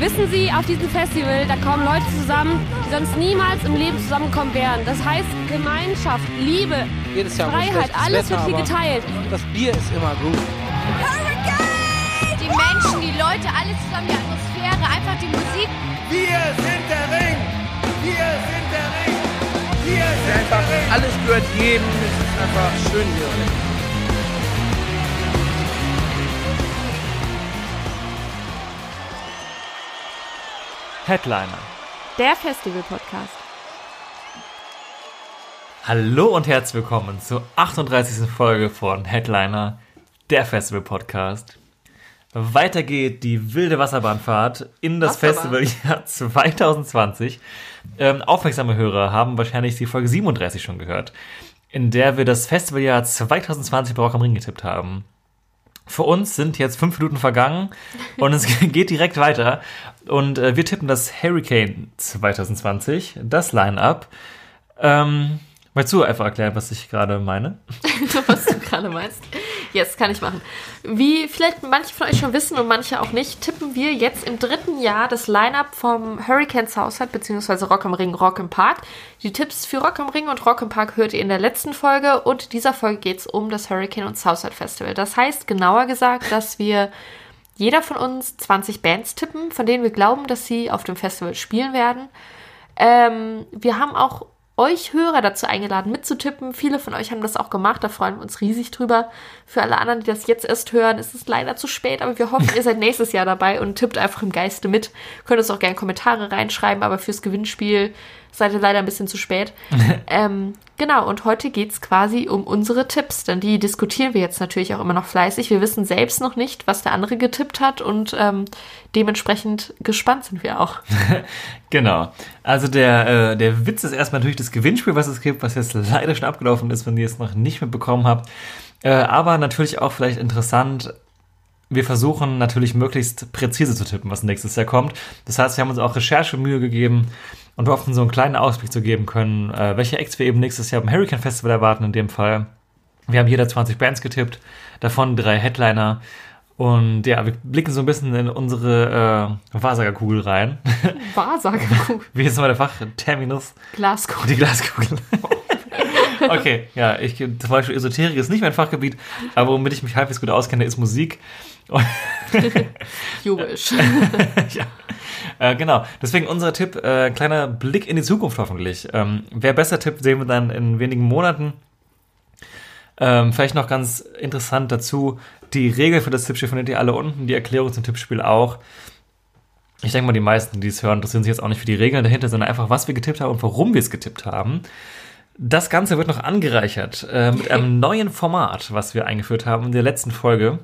Wissen Sie, auf diesem Festival, da kommen Leute zusammen, die sonst niemals im Leben zusammenkommen wären. Das heißt Gemeinschaft, Liebe, Freiheit, alles wird hier geteilt. Das Bier ist immer gut. Hurricane! Die Menschen, die Leute, alles zusammen, die Atmosphäre, einfach die Musik. Wir sind der Ring! Wir sind der Ring! Wir sind der Ring! Alles gehört jedem. Es ist einfach schön hier. Headliner. Der Festival-Podcast. Hallo und herzlich willkommen zur 38. Folge von Headliner, der Festival-Podcast. Weiter geht die wilde Wasserbahnfahrt in das Festivaljahr 2020. Aufmerksame Hörer haben wahrscheinlich die Folge 37 schon gehört, in der wir das Festivaljahr 2020 bei Rock am Ring getippt haben. Für uns sind jetzt 5 Minuten vergangen und es geht direkt weiter. Und wir tippen das Hurricane 2020, das Line-Up. Möchtest du einfach erklären, was ich gerade meine? Was du gerade meinst? Yes, kann ich machen. Wie vielleicht manche von euch schon wissen und manche auch nicht, tippen wir jetzt im 3. Jahr das Line-Up vom Hurricane Southside bzw. Rock am Ring, Rock im Park. Die Tipps für Rock am Ring und Rock im Park hört ihr in der letzten Folge und in dieser Folge geht es um das Hurricane und Southside Festival. Das heißt, genauer gesagt, dass wir jeder von uns 20 Bands tippen, von denen wir glauben, dass sie auf dem Festival spielen werden. Wir haben auch euch Hörer dazu eingeladen, mitzutippen. Viele von euch haben das auch gemacht, da freuen wir uns riesig drüber. Für alle anderen, die das jetzt erst hören, ist es leider zu spät, aber wir hoffen, ihr seid nächstes Jahr dabei und tippt einfach im Geiste mit. Könnt uns auch gerne Kommentare reinschreiben, aber fürs Gewinnspiel seid ihr leider ein bisschen zu spät. Genau, und heute geht es quasi um unsere Tipps, denn die diskutieren wir jetzt natürlich auch immer noch fleißig. Wir wissen selbst noch nicht, was der andere getippt hat und dementsprechend gespannt sind wir auch. Genau, also der Witz ist erstmal natürlich das Gewinnspiel, was es gibt, was jetzt leider schon abgelaufen ist, wenn ihr es noch nicht mitbekommen habt. Aber natürlich auch vielleicht interessant, wir versuchen natürlich möglichst präzise zu tippen, was nächstes Jahr kommt. Das heißt, wir haben uns auch Recherchemühe gegeben und wir hoffen, so einen kleinen Ausblick zu geben können, welche Acts wir eben nächstes Jahr beim Hurricane Festival erwarten in dem Fall. Wir haben jeder 20 Bands getippt, davon 3 Headliner. Und ja, wir blicken so ein bisschen in unsere Wahrsagerkugel rein. Wahrsagerkugel? Wie ist nochmal der Fachterminus? Glaskugel. Die Glaskugel. Okay, ja, zum Beispiel Esoterik ist nicht mein Fachgebiet, aber womit ich mich halbwegs gut auskenne, ist Musik. Jubisch. Ja, genau. Deswegen unser Tipp, kleiner Blick in die Zukunft hoffentlich. Wer besser tippt, sehen wir dann in wenigen Monaten. Vielleicht noch ganz interessant dazu, die Regeln für das Tippspiel findet ihr alle unten, die Erklärung zum Tippspiel auch. Ich denke mal, die meisten, die es hören, interessieren sich jetzt auch nicht für die Regeln dahinter, sondern einfach, was wir getippt haben und warum wir es getippt haben. Das Ganze wird noch angereichert mit einem neuen Format, was wir eingeführt haben in der letzten Folge.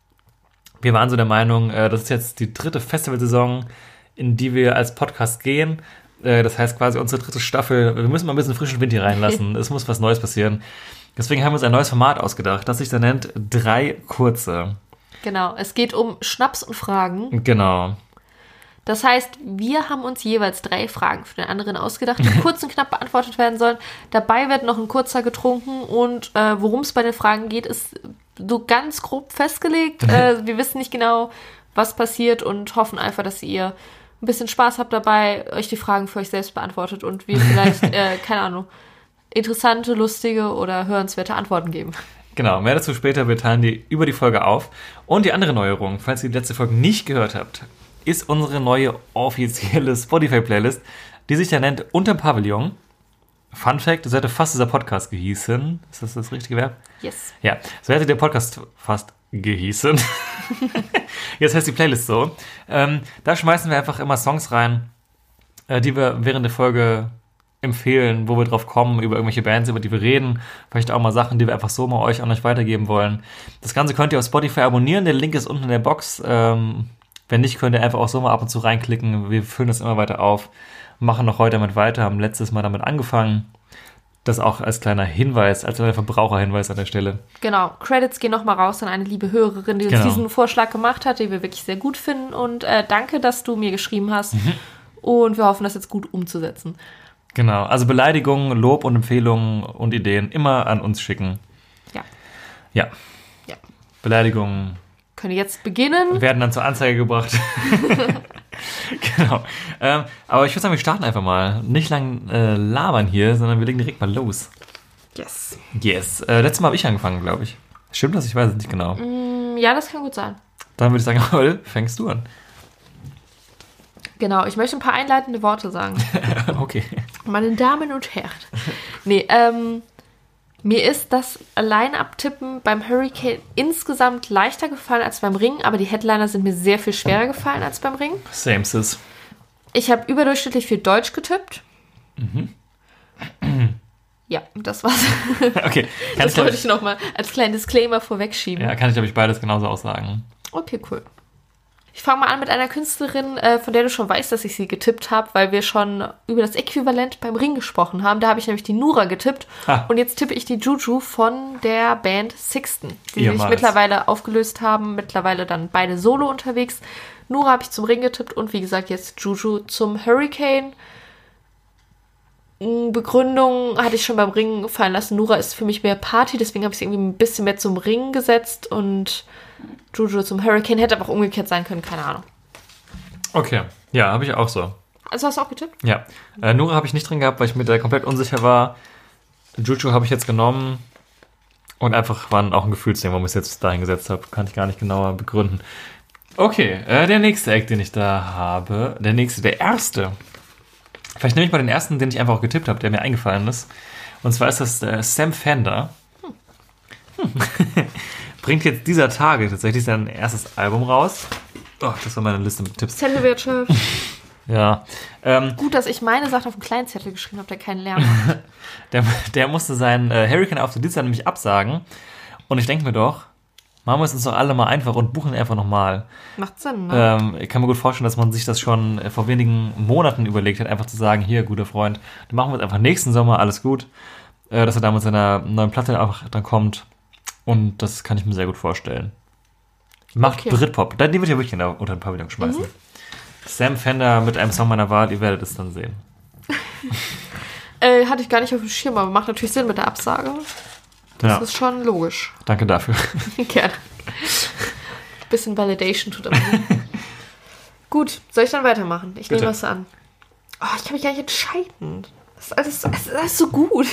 Wir waren so der Meinung, das ist jetzt die 3. Festivalsaison, in die wir als Podcast gehen. Das heißt quasi unsere 3. Staffel. Wir müssen mal ein bisschen frischen Wind hier reinlassen. Es muss was Neues passieren. Deswegen haben wir uns ein neues Format ausgedacht, das sich da nennt 3 Kurze. Genau, es geht um Schnaps und Fragen. Genau. Das heißt, wir haben uns jeweils 3 Fragen für den anderen ausgedacht, die kurz und knapp beantwortet werden sollen. Dabei wird noch ein kurzer getrunken und worum es bei den Fragen geht, ist so ganz grob festgelegt. Wir wissen nicht genau, was passiert und hoffen einfach, dass ihr ein bisschen Spaß habt dabei, euch die Fragen für euch selbst beantwortet und wir vielleicht, keine Ahnung, interessante, lustige oder hörenswerte Antworten geben. Genau, mehr dazu später. Wir teilen die über die Folge auf. Und die andere Neuerung, falls ihr die letzte Folge nicht gehört habt, ist unsere neue offizielle Spotify-Playlist, die sich ja nennt Unterm Pavillon. Fun Fact, so hätte fast dieser Podcast gehießen. Ist das das richtige Verb? Yes. Ja, so hätte der Podcast fast gehießen. Jetzt heißt die Playlist so. Da schmeißen wir einfach immer Songs rein, die wir während der Folge empfehlen, wo wir drauf kommen, über irgendwelche Bands, über die wir reden. Vielleicht auch mal Sachen, die wir einfach so mal euch an euch weitergeben wollen. Das Ganze könnt ihr auf Spotify abonnieren. Der Link ist unten in der Box. Wenn nicht, könnt ihr einfach auch so mal ab und zu reinklicken. Wir füllen das immer weiter auf. Machen noch heute damit weiter. Haben letztes Mal damit angefangen. Das auch als kleiner Hinweis, als kleiner Verbraucherhinweis an der Stelle. Genau. Credits gehen nochmal raus an eine liebe Hörerin, die uns diesen Vorschlag gemacht hat, den wir wirklich sehr gut finden. Und danke, dass du mir geschrieben hast. Und wir hoffen, das jetzt gut umzusetzen. Genau. Also Beleidigungen, Lob und Empfehlungen und Ideen immer an uns schicken. Ja. Beleidigungen können jetzt beginnen. Werden dann zur Anzeige gebracht. Genau. Aber ich würde sagen, wir starten einfach mal. Nicht lang labern hier, sondern wir legen direkt mal los. Yes. Letztes Mal habe ich angefangen, glaube ich. Stimmt das? Ich weiß es nicht genau. Ja, das kann gut sein. Dann würde ich sagen, Holly, fängst du an. Genau, ich möchte ein paar einleitende Worte sagen. Okay. Meine Damen und Herren. Nee, mir ist das Line-Up-Tippen beim Hurricane insgesamt leichter gefallen als beim Ring, aber die Headliner sind mir sehr viel schwerer gefallen als beim Ring. Same sis. Ich habe überdurchschnittlich viel Deutsch getippt. Ja, das war's. Okay. Das wollte ich nochmal als kleinen Disclaimer vorwegschieben. Ja, kann ich, glaube ich, beides genauso aussagen. Okay, cool. Ich fange mal an mit einer Künstlerin, von der du schon weißt, dass ich sie getippt habe, weil wir schon über das Äquivalent beim Ring gesprochen haben. Da habe ich nämlich die Nura getippt. Und jetzt tippe ich die Juju von der Band Sixten, die sich mittlerweile aufgelöst haben, mittlerweile dann beide solo unterwegs. Nura habe ich zum Ring getippt und wie gesagt jetzt Juju zum Hurricane. Begründung hatte ich schon beim Ring fallen lassen. Nura ist für mich mehr Party, deswegen habe ich es irgendwie ein bisschen mehr zum Ring gesetzt und Juju zum Hurricane hätte aber auch umgekehrt sein können, keine Ahnung. Okay, ja, habe ich auch so. Also hast du auch getippt? Ja, Nura habe ich nicht drin gehabt, weil ich mir da komplett unsicher war. Juju habe ich jetzt genommen und einfach war auch ein Gefühlsding, warum ich es jetzt dahin gesetzt habe. Kann ich gar nicht genauer begründen. Okay, der nächste Act, den ich da habe, der erste. Vielleicht nehme ich mal den ersten, den ich einfach auch getippt habe, der mir eingefallen ist. Und zwar ist das Sam Fender. Bringt jetzt dieser Tage tatsächlich sein erstes Album raus. Oh, das war meine Liste mit Tipps. Zettelwirtschaft. Ja. Gut, dass ich meine Sachen auf einen kleinen Zettel geschrieben habe, der keinen Lärm macht. Der musste seinen Hurricane-Auftritt dieses Jahr nämlich absagen. Und ich denke mir doch, machen wir es uns doch alle mal einfach und buchen einfach nochmal. Macht Sinn, ne? Ich kann mir gut vorstellen, dass man sich das schon vor wenigen Monaten überlegt hat, einfach zu sagen, hier, guter Freund, dann machen wir es einfach nächsten Sommer, alles gut. Dass er da mit seiner neuen Platte einfach dann kommt. Und das kann ich mir sehr gut vorstellen. Macht Britpop. Den würde ich ja wirklich unter den Pavillon schmeißen. Sam Fender mit einem Song meiner Wahl, ihr werdet es dann sehen. Hatte ich gar nicht auf dem Schirm, aber macht natürlich Sinn mit der Absage. Das ist schon logisch. Danke dafür. Gerne. Bisschen Validation tut aber nicht. Gut, soll ich dann weitermachen? Ich nehme was an. Oh, ich kann mich gar nicht entscheiden. Das ist alles so gut.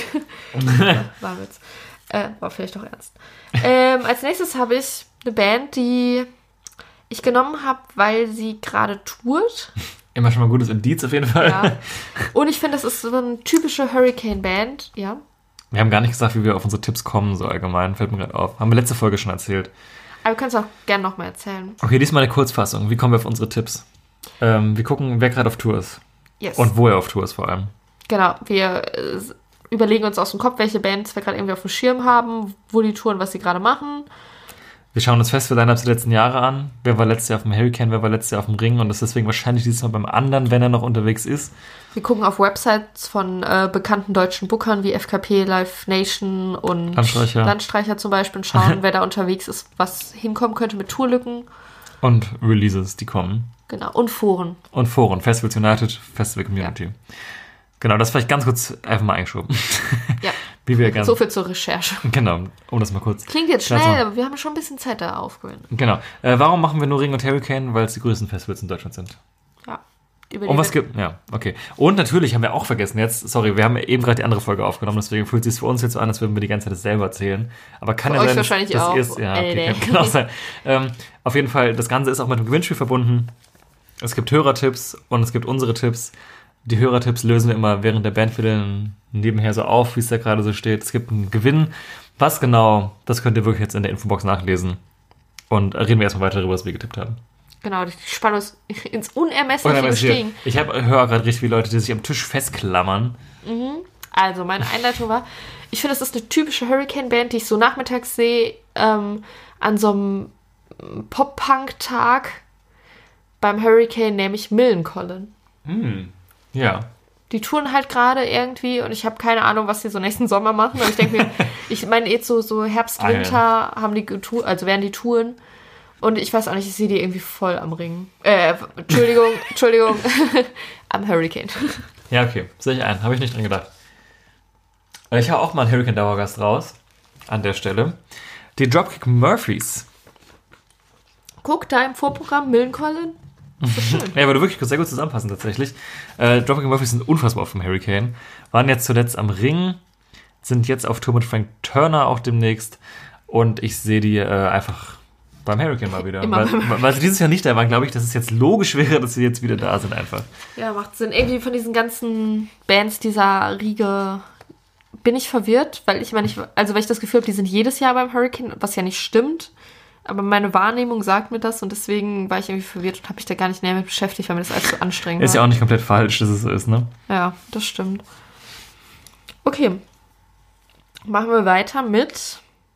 War Witz. War vielleicht doch ernst. Als nächstes habe ich eine Band, die ich genommen habe, weil sie gerade tourt. Immer schon mal ein gutes Indiz auf jeden Fall. Ja. Und ich finde, das ist so eine typische Hurricane-Band. Ja. Wir haben gar nicht gesagt, wie wir auf unsere Tipps kommen, so allgemein. Fällt mir gerade auf. Haben wir letzte Folge schon erzählt. Aber wir können es auch gerne nochmal erzählen. Okay, diesmal eine Kurzfassung. Wie kommen wir auf unsere Tipps? Wir gucken, wer gerade auf Tour ist. Yes. Und wo er auf Tour ist vor allem. Genau, wir überlegen uns aus dem Kopf, welche Bands wir gerade irgendwie auf dem Schirm haben, wo die touren, was sie gerade machen. Wir schauen uns Festival-Lineups der letzten Jahre an. Wer war letztes Jahr auf dem Hurricane, wer war letztes Jahr auf dem Ring und ist deswegen wahrscheinlich dieses Mal beim anderen, wenn er noch unterwegs ist. Wir gucken auf Websites von bekannten deutschen Bookern wie FKP, Live Nation und Landstreicher zum Beispiel und schauen, wer da unterwegs ist, was hinkommen könnte mit Tourlücken. Und Releases, die kommen. Genau, und Foren. Festivals United, Festival Community. Ja. Genau, das vielleicht ganz kurz einfach mal eingeschoben. Ja, wie wir so viel zur Recherche. Genau, um das mal kurz... Klingt jetzt schnell, aber wir haben schon ein bisschen Zeit da aufgewendet. Genau. Warum machen wir nur Ring und Hurricane? Weil es die größten Festivals in Deutschland sind. Ja. Und was gibt... Ja, okay. Und natürlich haben wir auch vergessen jetzt, sorry, wir haben eben gerade die andere Folge aufgenommen, deswegen fühlt es sich für uns jetzt so an, als würden wir die ganze Zeit das selber erzählen. Aber kann ja sein, wahrscheinlich auch. Ja, okay, kann auch sein. Auf jeden Fall, das Ganze ist auch mit einem Gewinnspiel verbunden. Es gibt Hörertipps und es gibt unsere Tipps. Die Hörertipps lösen wir immer während der Bandfiddle nebenher so auf, wie es da gerade so steht. Es gibt einen Gewinn. Was genau, das könnt ihr wirklich jetzt in der Infobox nachlesen. Und reden wir erstmal weiter darüber, was wir getippt haben. Genau, die Spannung ist ins Unermessliche gestiegen. Ich höre gerade richtig viele Leute, die sich am Tisch festklammern. Also, meine Einleitung war, ich finde, das ist eine typische Hurricane-Band, die ich so nachmittags sehe, an so einem Pop-Punk-Tag beim Hurricane, nämlich Millencolin. Ja. Die touren halt gerade irgendwie und ich habe keine Ahnung, was die so nächsten Sommer machen. Aber ich denke mir, ich meine, jetzt so Herbst, Winter haben die getourt, also werden die touren. Und ich weiß auch nicht, ich sehe die irgendwie voll am Ring. Entschuldigung, am Hurricane. Ja, okay, sehe ich ein. Habe ich nicht dran gedacht. Ich hau auch mal einen Hurricane-Dauergast raus. An der Stelle. Die Dropkick Murphys. Guck, da im Vorprogramm Millencolin. Das ist schön. Ja, aber du wirklich sehr gut zusammenpassen tatsächlich. Dropkick Murphys sind unfassbar auf dem Hurricane. Waren jetzt zuletzt am Ring, sind jetzt auf Tour mit Frank Turner auch demnächst. Und ich sehe die einfach beim Hurricane mal wieder. Weil sie dieses Jahr nicht da waren, glaube ich, dass es jetzt logisch wäre, dass sie jetzt wieder da sind einfach. Ja, macht Sinn. Irgendwie von diesen ganzen Bands dieser Riege bin ich verwirrt, weil ich das Gefühl habe, die sind jedes Jahr beim Hurricane, was ja nicht stimmt. Aber meine Wahrnehmung sagt mir das und deswegen war ich irgendwie verwirrt und habe mich da gar nicht näher mit beschäftigt, weil mir das alles so anstrengend war. Ist ja auch nicht komplett falsch, dass es so ist, ne? Ja, das stimmt. Okay. Machen wir weiter mit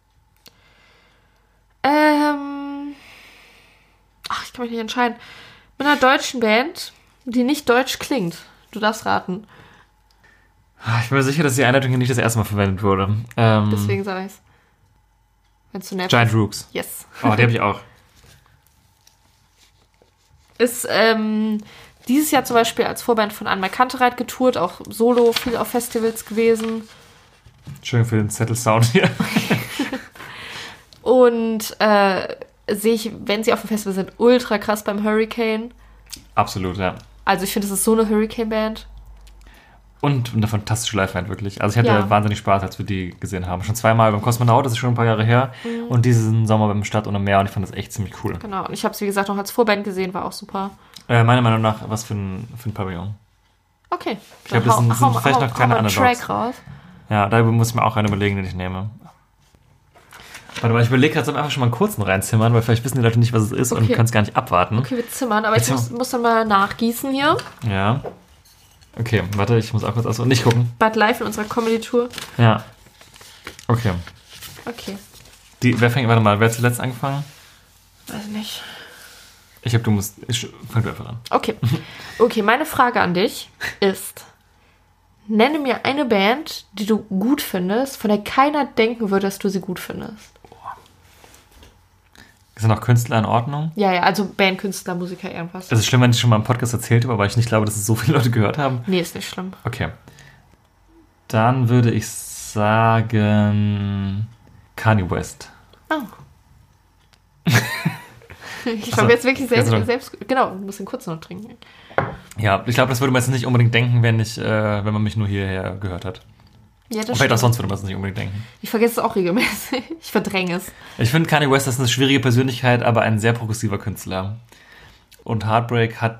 ich kann mich nicht entscheiden. Mit einer deutschen Band, die nicht deutsch klingt. Du darfst raten. Ich bin mir sicher, dass die Einleitung hier nicht das erste Mal verwendet wurde. Deswegen sage ich es. Wenn es zu nervig Giant Rooks. Yes. Oh, die habe ich auch. Ist dieses Jahr zum Beispiel als Vorband von Anne Kantereit getourt, auch solo viel auf Festivals gewesen. Schön für den Zettel-Sound hier. Und sehe ich, wenn sie auf dem Festival sind, ultra krass beim Hurricane. Absolut, ja. Also ich finde, das ist so eine Hurricane-Band. Und eine fantastische Live-Band, wirklich. Also ich hatte wahnsinnig Spaß, als wir die gesehen haben. Schon zweimal beim Kosmonaut, das ist schon ein paar Jahre her. Mhm. Und diesen Sommer beim Stadt ohne Meer. Und ich fand das echt ziemlich cool. Genau, und ich habe es, wie gesagt, noch als Vorband gesehen, war auch super. Meiner Meinung nach, was für ein Pavillon. Okay. Ich glaube, das sind vielleicht noch keine anderen Track raus. Ja, da muss ich mir auch einen überlegen, den ich nehme. Warte mal, ich überlege gerade, sollen wir einfach schon mal einen kurzen reinzimmern, weil vielleicht wissen die Leute nicht, was es ist und können es gar nicht abwarten. Okay, wir zimmern, aber ich muss dann mal nachgießen hier. Ja. Okay, warte, ich muss auch kurz nicht gucken. Bad live in unserer Comedy-Tour. Ja. Okay. Okay. Wer hat zuletzt angefangen? Weiß nicht. Fang du einfach an. Okay, meine Frage an dich ist, nenne mir eine Band, die du gut findest, von der keiner denken würde, dass du sie gut findest. Sind auch Künstler in Ordnung? Ja, also Band, Künstler, Musiker, irgendwas. Es ist schlimm, wenn ich schon mal im Podcast erzählt habe, weil ich nicht glaube, dass es so viele Leute gehört haben. Nee, ist nicht schlimm. Okay. Dann würde ich sagen Kanye West. Oh. Ich glaube jetzt wirklich selbst... Genau, du musst den kurz noch trinken. Ja, ich glaube, das würde man jetzt nicht unbedingt denken, wenn man mich nur hierher gehört hat. Ja, das und vielleicht auch sonst würde man es nicht unbedingt denken. Ich vergesse es auch regelmäßig. Ich verdränge es. Ich finde, Kanye West ist eine schwierige Persönlichkeit, aber ein sehr progressiver Künstler. Und Heartbreak hat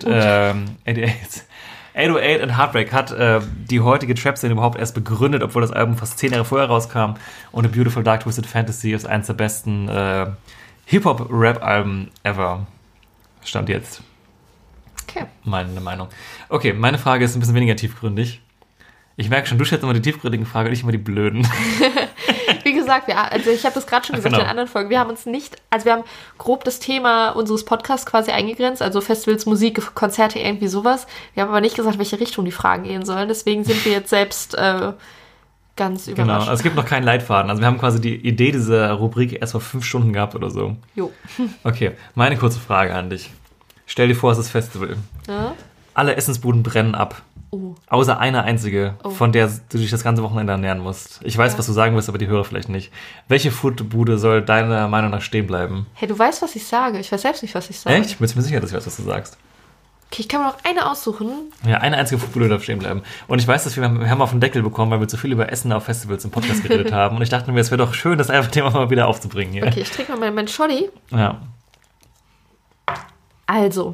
808 und Heartbreak hat die heutige Trap-Szene überhaupt erst begründet, obwohl das Album fast 10 Jahre vorher rauskam. Und A Beautiful Dark Twisted Fantasy ist eines der besten Hip-Hop-Rap-Alben ever. Stand jetzt. Okay. Meine Meinung. Okay, meine Frage ist ein bisschen weniger tiefgründig. Ich merke schon, du stellst immer die tiefgründigen Fragen und ich immer die blöden. Wie gesagt, ich habe das gerade schon gesagt in anderen Folgen. Wir haben wir haben grob das Thema unseres Podcasts quasi eingegrenzt, also Festivals, Musik, Konzerte, irgendwie sowas. Wir haben aber nicht gesagt, welche Richtung die Fragen gehen sollen. Deswegen sind wir jetzt selbst ganz überrascht. Genau, also es gibt noch keinen Leitfaden. Also wir haben quasi die Idee dieser Rubrik erst vor 5 Stunden gehabt oder so. Jo. Okay, meine kurze Frage an dich. Stell dir vor, es ist Festival. Ja? Alle Essensbuden brennen ab. Oh. Außer eine einzige, von der du dich das ganze Wochenende ernähren musst. Ich weiß, was du sagen wirst, aber die Hörer vielleicht nicht. Welche Foodbude soll deiner Meinung nach stehen bleiben? Hey, du weißt, was ich sage. Ich weiß selbst nicht, was ich sage. Echt? Ich bin mir sicher, dass ich weiß, was du sagst. Okay, ich kann mir noch eine aussuchen. Ja, eine einzige Foodbude darf stehen bleiben. Und ich weiß, dass wir haben auf den Deckel bekommen, weil wir zu viel über Essen auf Festivals im Podcast geredet haben. Und ich dachte mir, es wäre doch schön, das einfach Thema mal wieder aufzubringen hier. Okay, ich trinke mal meinen Shoddy. Ja. Also.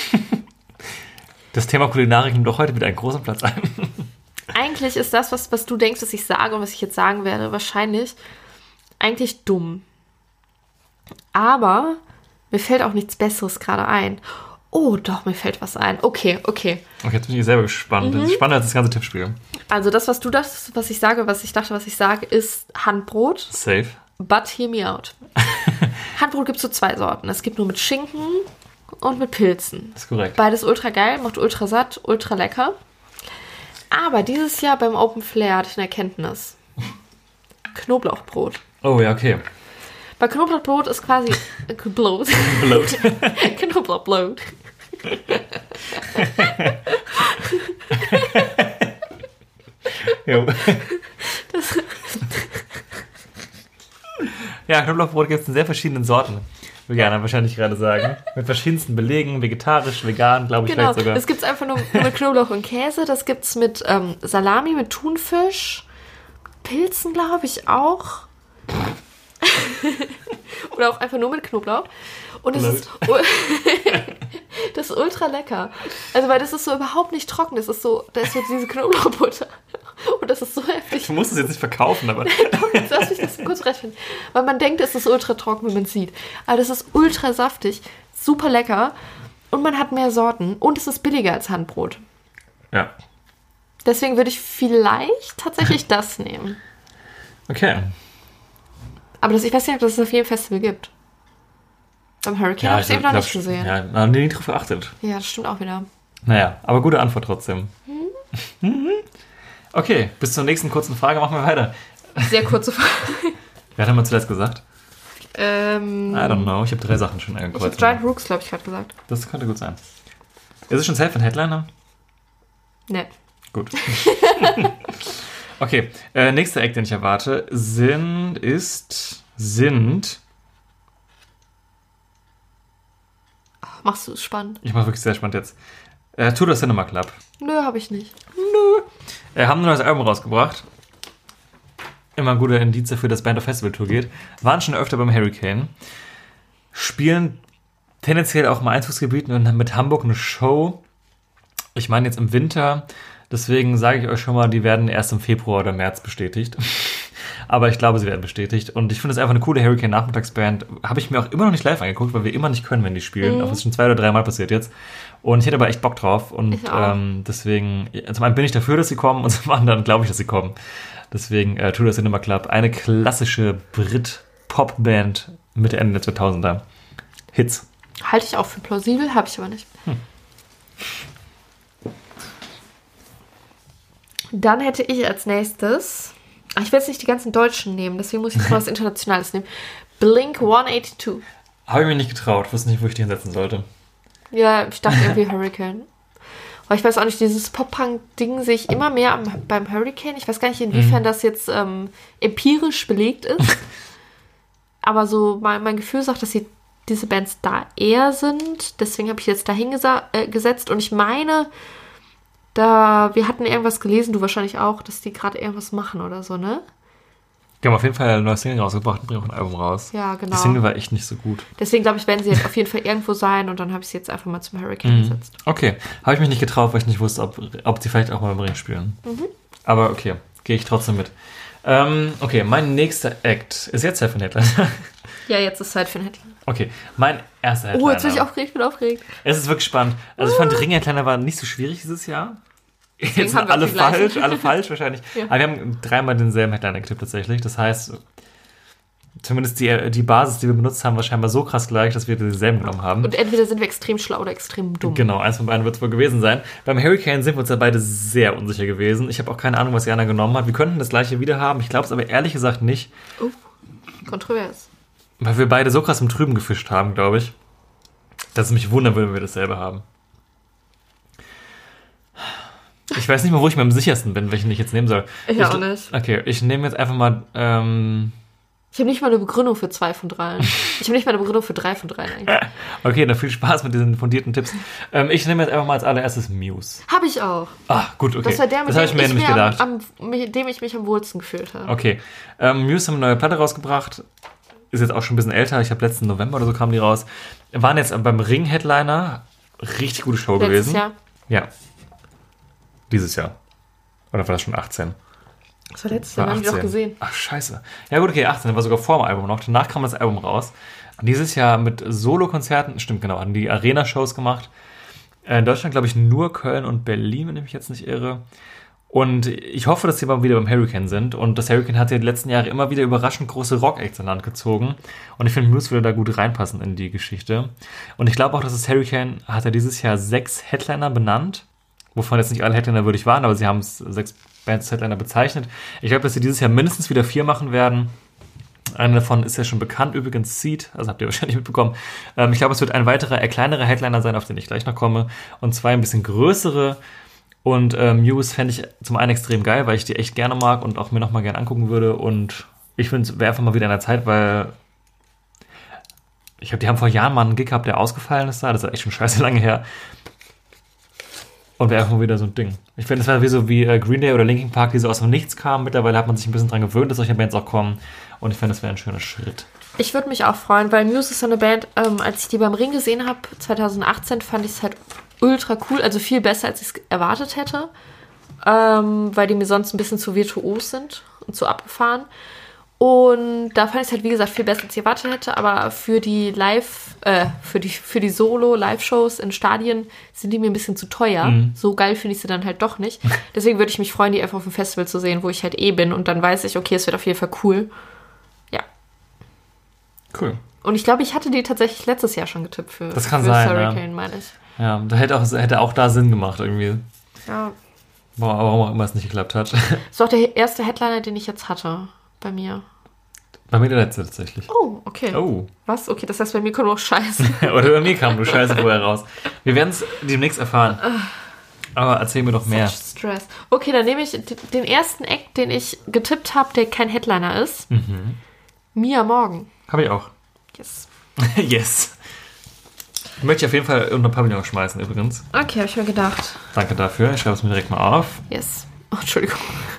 Das Thema Kulinarik nimmt doch heute wieder einen großen Platz ein. Eigentlich ist das, was du denkst, was ich sage und was ich jetzt sagen werde, wahrscheinlich eigentlich dumm. Aber mir fällt auch nichts Besseres gerade ein. Oh, doch, mir fällt was ein. Okay. Okay, jetzt bin ich selber gespannt. Das ist spannender als das ganze Tippspiel. Also das, was du dachtest, was ich sage, was ich dachte, was ich sage, ist Handbrot. Safe. But hear me out. Handbrot gibt es so 2 Sorten. Es gibt nur mit Schinken und mit Pilzen. Das ist korrekt. Beides ultra geil, macht ultra satt, ultra lecker. Aber dieses Jahr beim Open Flair hatte ich eine Erkenntnis. Knoblauchbrot. Oh ja, okay. Bei Knoblauchbrot ist quasi... Knoblauchbrot. Ja, Knoblauchbrot gibt es in sehr verschiedenen Sorten. Veganer wahrscheinlich gerade sagen. Mit verschiedensten Belegen, vegetarisch, vegan, glaube ich vielleicht sogar. Das gibt es einfach nur mit Knoblauch und Käse. Das gibt es mit Salami, mit Thunfisch, Pilzen, glaube ich, auch. Oder auch einfach nur mit Knoblauch. Und das ist ultra lecker. Also, weil das ist so überhaupt nicht trocken. Das ist so, da ist so diese Knoblauchbutter. Und das ist so heftig. Du musst es jetzt nicht verkaufen, aber... Jetzt lass mich das kurz rechnen. Weil man denkt, es ist ultra trocken, wenn man es sieht. Aber das ist ultra saftig, super lecker. Und man hat mehr Sorten. Und es ist billiger als Handbrot. Ja. Deswegen würde ich vielleicht tatsächlich das nehmen. Okay. Aber ich weiß nicht, ob das auf jedem Festival gibt. Beim Hurricane habe ich es eben noch nicht gesehen. Ja, aber nie drauf geachtet. Ja, das stimmt auch wieder. Naja, aber gute Antwort trotzdem. Okay, bis zur nächsten kurzen Frage machen wir weiter. Sehr kurze Frage. Wer hat mal zuletzt gesagt? I don't know, ich habe 3 Sachen schon Ich angekreuzt. habe Giant Rooks, glaube ich, gerade gesagt. Das könnte gut sein. Ist es schon safe für einen Headliner? Ne. Gut. Okay, nächster Act, den ich erwarte, sind... Machst du es spannend? Ich mache wirklich sehr spannend jetzt. Tudor Cinema Club. Nö, habe ich nicht. Haben ein neues Album rausgebracht. Immer ein guter Indiz dafür, dass Band auf Festival-Tour geht. Waren schon öfter beim Hurricane. Spielen tendenziell auch mal Einzugsgebieten und haben mit Hamburg eine Show. Ich meine jetzt im Winter. Deswegen sage ich euch schon mal, die werden erst im Februar oder März bestätigt. Aber ich glaube, sie werden bestätigt. Und ich finde es einfach eine coole Hurricane-Nachmittagsband. Habe ich mir auch immer noch nicht live angeguckt, weil wir immer nicht können, wenn die spielen. Auch das ist schon 2 oder 3 Mal passiert jetzt. Und ich hätte aber echt Bock drauf. Und deswegen, zum einen bin ich dafür, dass sie kommen. Und zum anderen glaube ich, dass sie kommen. Deswegen Tudor Cinema Club. Eine klassische Brit-Pop-Band Mitte, Ende der 2000er. Hits. Halte ich auch für plausibel, habe ich aber nicht. Dann hätte ich als nächstes... Ich will jetzt nicht die ganzen Deutschen nehmen, deswegen muss ich jetzt mal was Internationales nehmen. Blink 182. Habe ich mir nicht getraut. Wusste nicht, wo ich die hinsetzen sollte. Ja, ich dachte irgendwie Hurricane. Aber ich weiß auch nicht, dieses Pop-Punk-Ding sehe ich immer mehr beim Hurricane. Ich weiß gar nicht, inwiefern das jetzt empirisch belegt ist. Aber so mein Gefühl sagt, dass diese Bands da eher sind. Deswegen habe ich jetzt da hingesetzt. Und ich meine... wir hatten irgendwas gelesen, du wahrscheinlich auch, dass die gerade irgendwas machen oder so, ne? Die haben auf jeden Fall ein neues Single rausgebracht und bringen auch ein Album raus. Ja, genau. Die Single war echt nicht so gut. Deswegen glaube ich, werden sie jetzt auf jeden Fall irgendwo sein und dann habe ich sie jetzt einfach mal zum Hurricane gesetzt. Okay, habe ich mich nicht getraut, weil ich nicht wusste, ob sie vielleicht auch mal im Ring spielen. Aber okay, gehe ich trotzdem mit. Okay, mein nächster Act ist jetzt Zeit für einen Headliner. Ja, jetzt ist Zeit für einen Headliner. Okay, mein erster Headliner. Oh, jetzt bin ich aufgeregt, ich bin aufgeregt. Es ist wirklich spannend. Also ich fand, die Ring-Headliner waren nicht so schwierig dieses Jahr. Jetzt sind alle falsch wahrscheinlich. Ja. Aber wir haben 3-mal denselben Headliner getippt tatsächlich. Das heißt, zumindest die Basis, die wir benutzt haben, war scheinbar so krass gleich, dass wir denselben genommen haben. Und entweder sind wir extrem schlau oder extrem dumm. Genau, eins von beiden wird es wohl gewesen sein. Beim Hurricane sind wir uns ja beide sehr unsicher gewesen. Ich habe auch keine Ahnung, was Jana genommen hat. Wir könnten das gleiche wieder haben. Ich glaube es aber ehrlich gesagt nicht. Kontrovers. Weil wir beide so krass im Trüben gefischt haben, glaube ich, dass es mich wundern würde, wenn wir dasselbe haben. Ich weiß nicht mal, wo ich mir am sichersten bin, welchen ich jetzt nehmen soll. Ich auch nicht. Okay, ich nehme jetzt einfach mal... Ich habe nicht mal eine Begründung für 2 von 3. Ich habe nicht mal eine Begründung für 3 von 3 eigentlich. Okay, dann viel Spaß mit diesen fundierten Tipps. Ich nehme jetzt einfach mal als allererstes Muse. Habe ich auch. Ah, gut, okay. Das war der, mit dem ich mich am wohlsten gefühlt habe. Okay. Muse haben eine neue Platte rausgebracht. Ist jetzt auch schon ein bisschen älter. Ich glaube, letzten November oder so kam die raus. Waren jetzt beim Ring-Headliner. Richtig gute Show gewesen. Letztes Jahr? Ja. Dieses Jahr. Oder war das schon 18? Das war letztes Jahr, haben wir doch gesehen. Ach, scheiße. Ja gut, okay, 18, das war sogar vor dem Album noch. Danach kam das Album raus. Dieses Jahr mit Solo-Konzerten, stimmt genau, haben die Arena-Shows gemacht. In Deutschland, glaube ich, nur Köln und Berlin, wenn ich mich jetzt nicht irre. Und ich hoffe, dass sie mal wieder beim Hurricane sind. Und das Hurricane hat ja die letzten Jahre immer wieder überraschend große Rock-Acts an Land gezogen. Und ich finde, Muse würde da gut reinpassen in die Geschichte. Und ich glaube auch, dass das Hurricane hat ja dieses Jahr 6 Headliner benannt. Wovon jetzt nicht alle Headliner würdig waren, aber sie haben es 6 Bands Headliner bezeichnet. Ich glaube, dass sie dieses Jahr mindestens wieder 4 machen werden. Eine davon ist ja schon bekannt, übrigens Seed, also habt ihr wahrscheinlich mitbekommen. Ich glaube, es wird ein weiterer, eher kleinerer Headliner sein, auf den ich gleich noch komme. Und 2 ein bisschen größere. Und Muse fände ich zum einen extrem geil, weil ich die echt gerne mag und auch mir nochmal gerne angucken würde. Und ich finde, es wäre einfach mal wieder an der Zeit, weil die haben vor Jahren mal einen Gig gehabt, der ausgefallen ist da. Das ist echt schon scheiße lange her. Und wäre einfach wieder so ein Ding. Ich finde, das wäre wie Green Day oder Linkin Park, die so aus dem Nichts kamen. Mittlerweile hat man sich ein bisschen dran gewöhnt, dass solche Bands auch kommen. Und ich finde, das wäre ein schöner Schritt. Ich würde mich auch freuen, weil Muse ist so eine Band, als ich die beim Ring gesehen habe, 2018, fand ich es halt ultra cool. Also viel besser, als ich es erwartet hätte. Weil die mir sonst ein bisschen zu virtuos sind und zu abgefahren. Und da fand ich es halt, wie gesagt, viel besser, als ich erwartet hätte. Aber für die für die Solo-Live-Shows in Stadien sind die mir ein bisschen zu teuer. Mhm. So geil finde ich sie dann halt doch nicht. Deswegen würde ich mich freuen, die einfach auf dem Festival zu sehen, wo ich halt bin. Und dann weiß ich, okay, es wird auf jeden Fall cool. Ja. Cool. Und ich glaube, ich hatte die tatsächlich letztes Jahr schon getippt für das kann sein, Hurricane, meine ich. Ja, da hätte auch da Sinn gemacht irgendwie. Ja. Warum auch immer es nicht geklappt hat. Das ist auch der erste Headliner, den ich jetzt hatte. Bei mir. Bei mir der letzte tatsächlich. Oh, okay. Oh. Was? Okay, das heißt, bei mir kommt auch Scheiße. Oder bei mir kam nur Scheiße vorher raus. Wir werden es demnächst erfahren. Aber erzähl mir doch mehr. Stress. Okay, dann nehme ich den ersten Act, den ich getippt habe, der kein Headliner ist. Mhm. Mia Morgan. Habe ich auch. Yes. Yes. Möchte ich auf jeden Fall unter Pavillon schmeißen übrigens. Okay, habe ich mir gedacht. Danke dafür. Ich schreibe es mir direkt mal auf. Yes. Oh, Entschuldigung.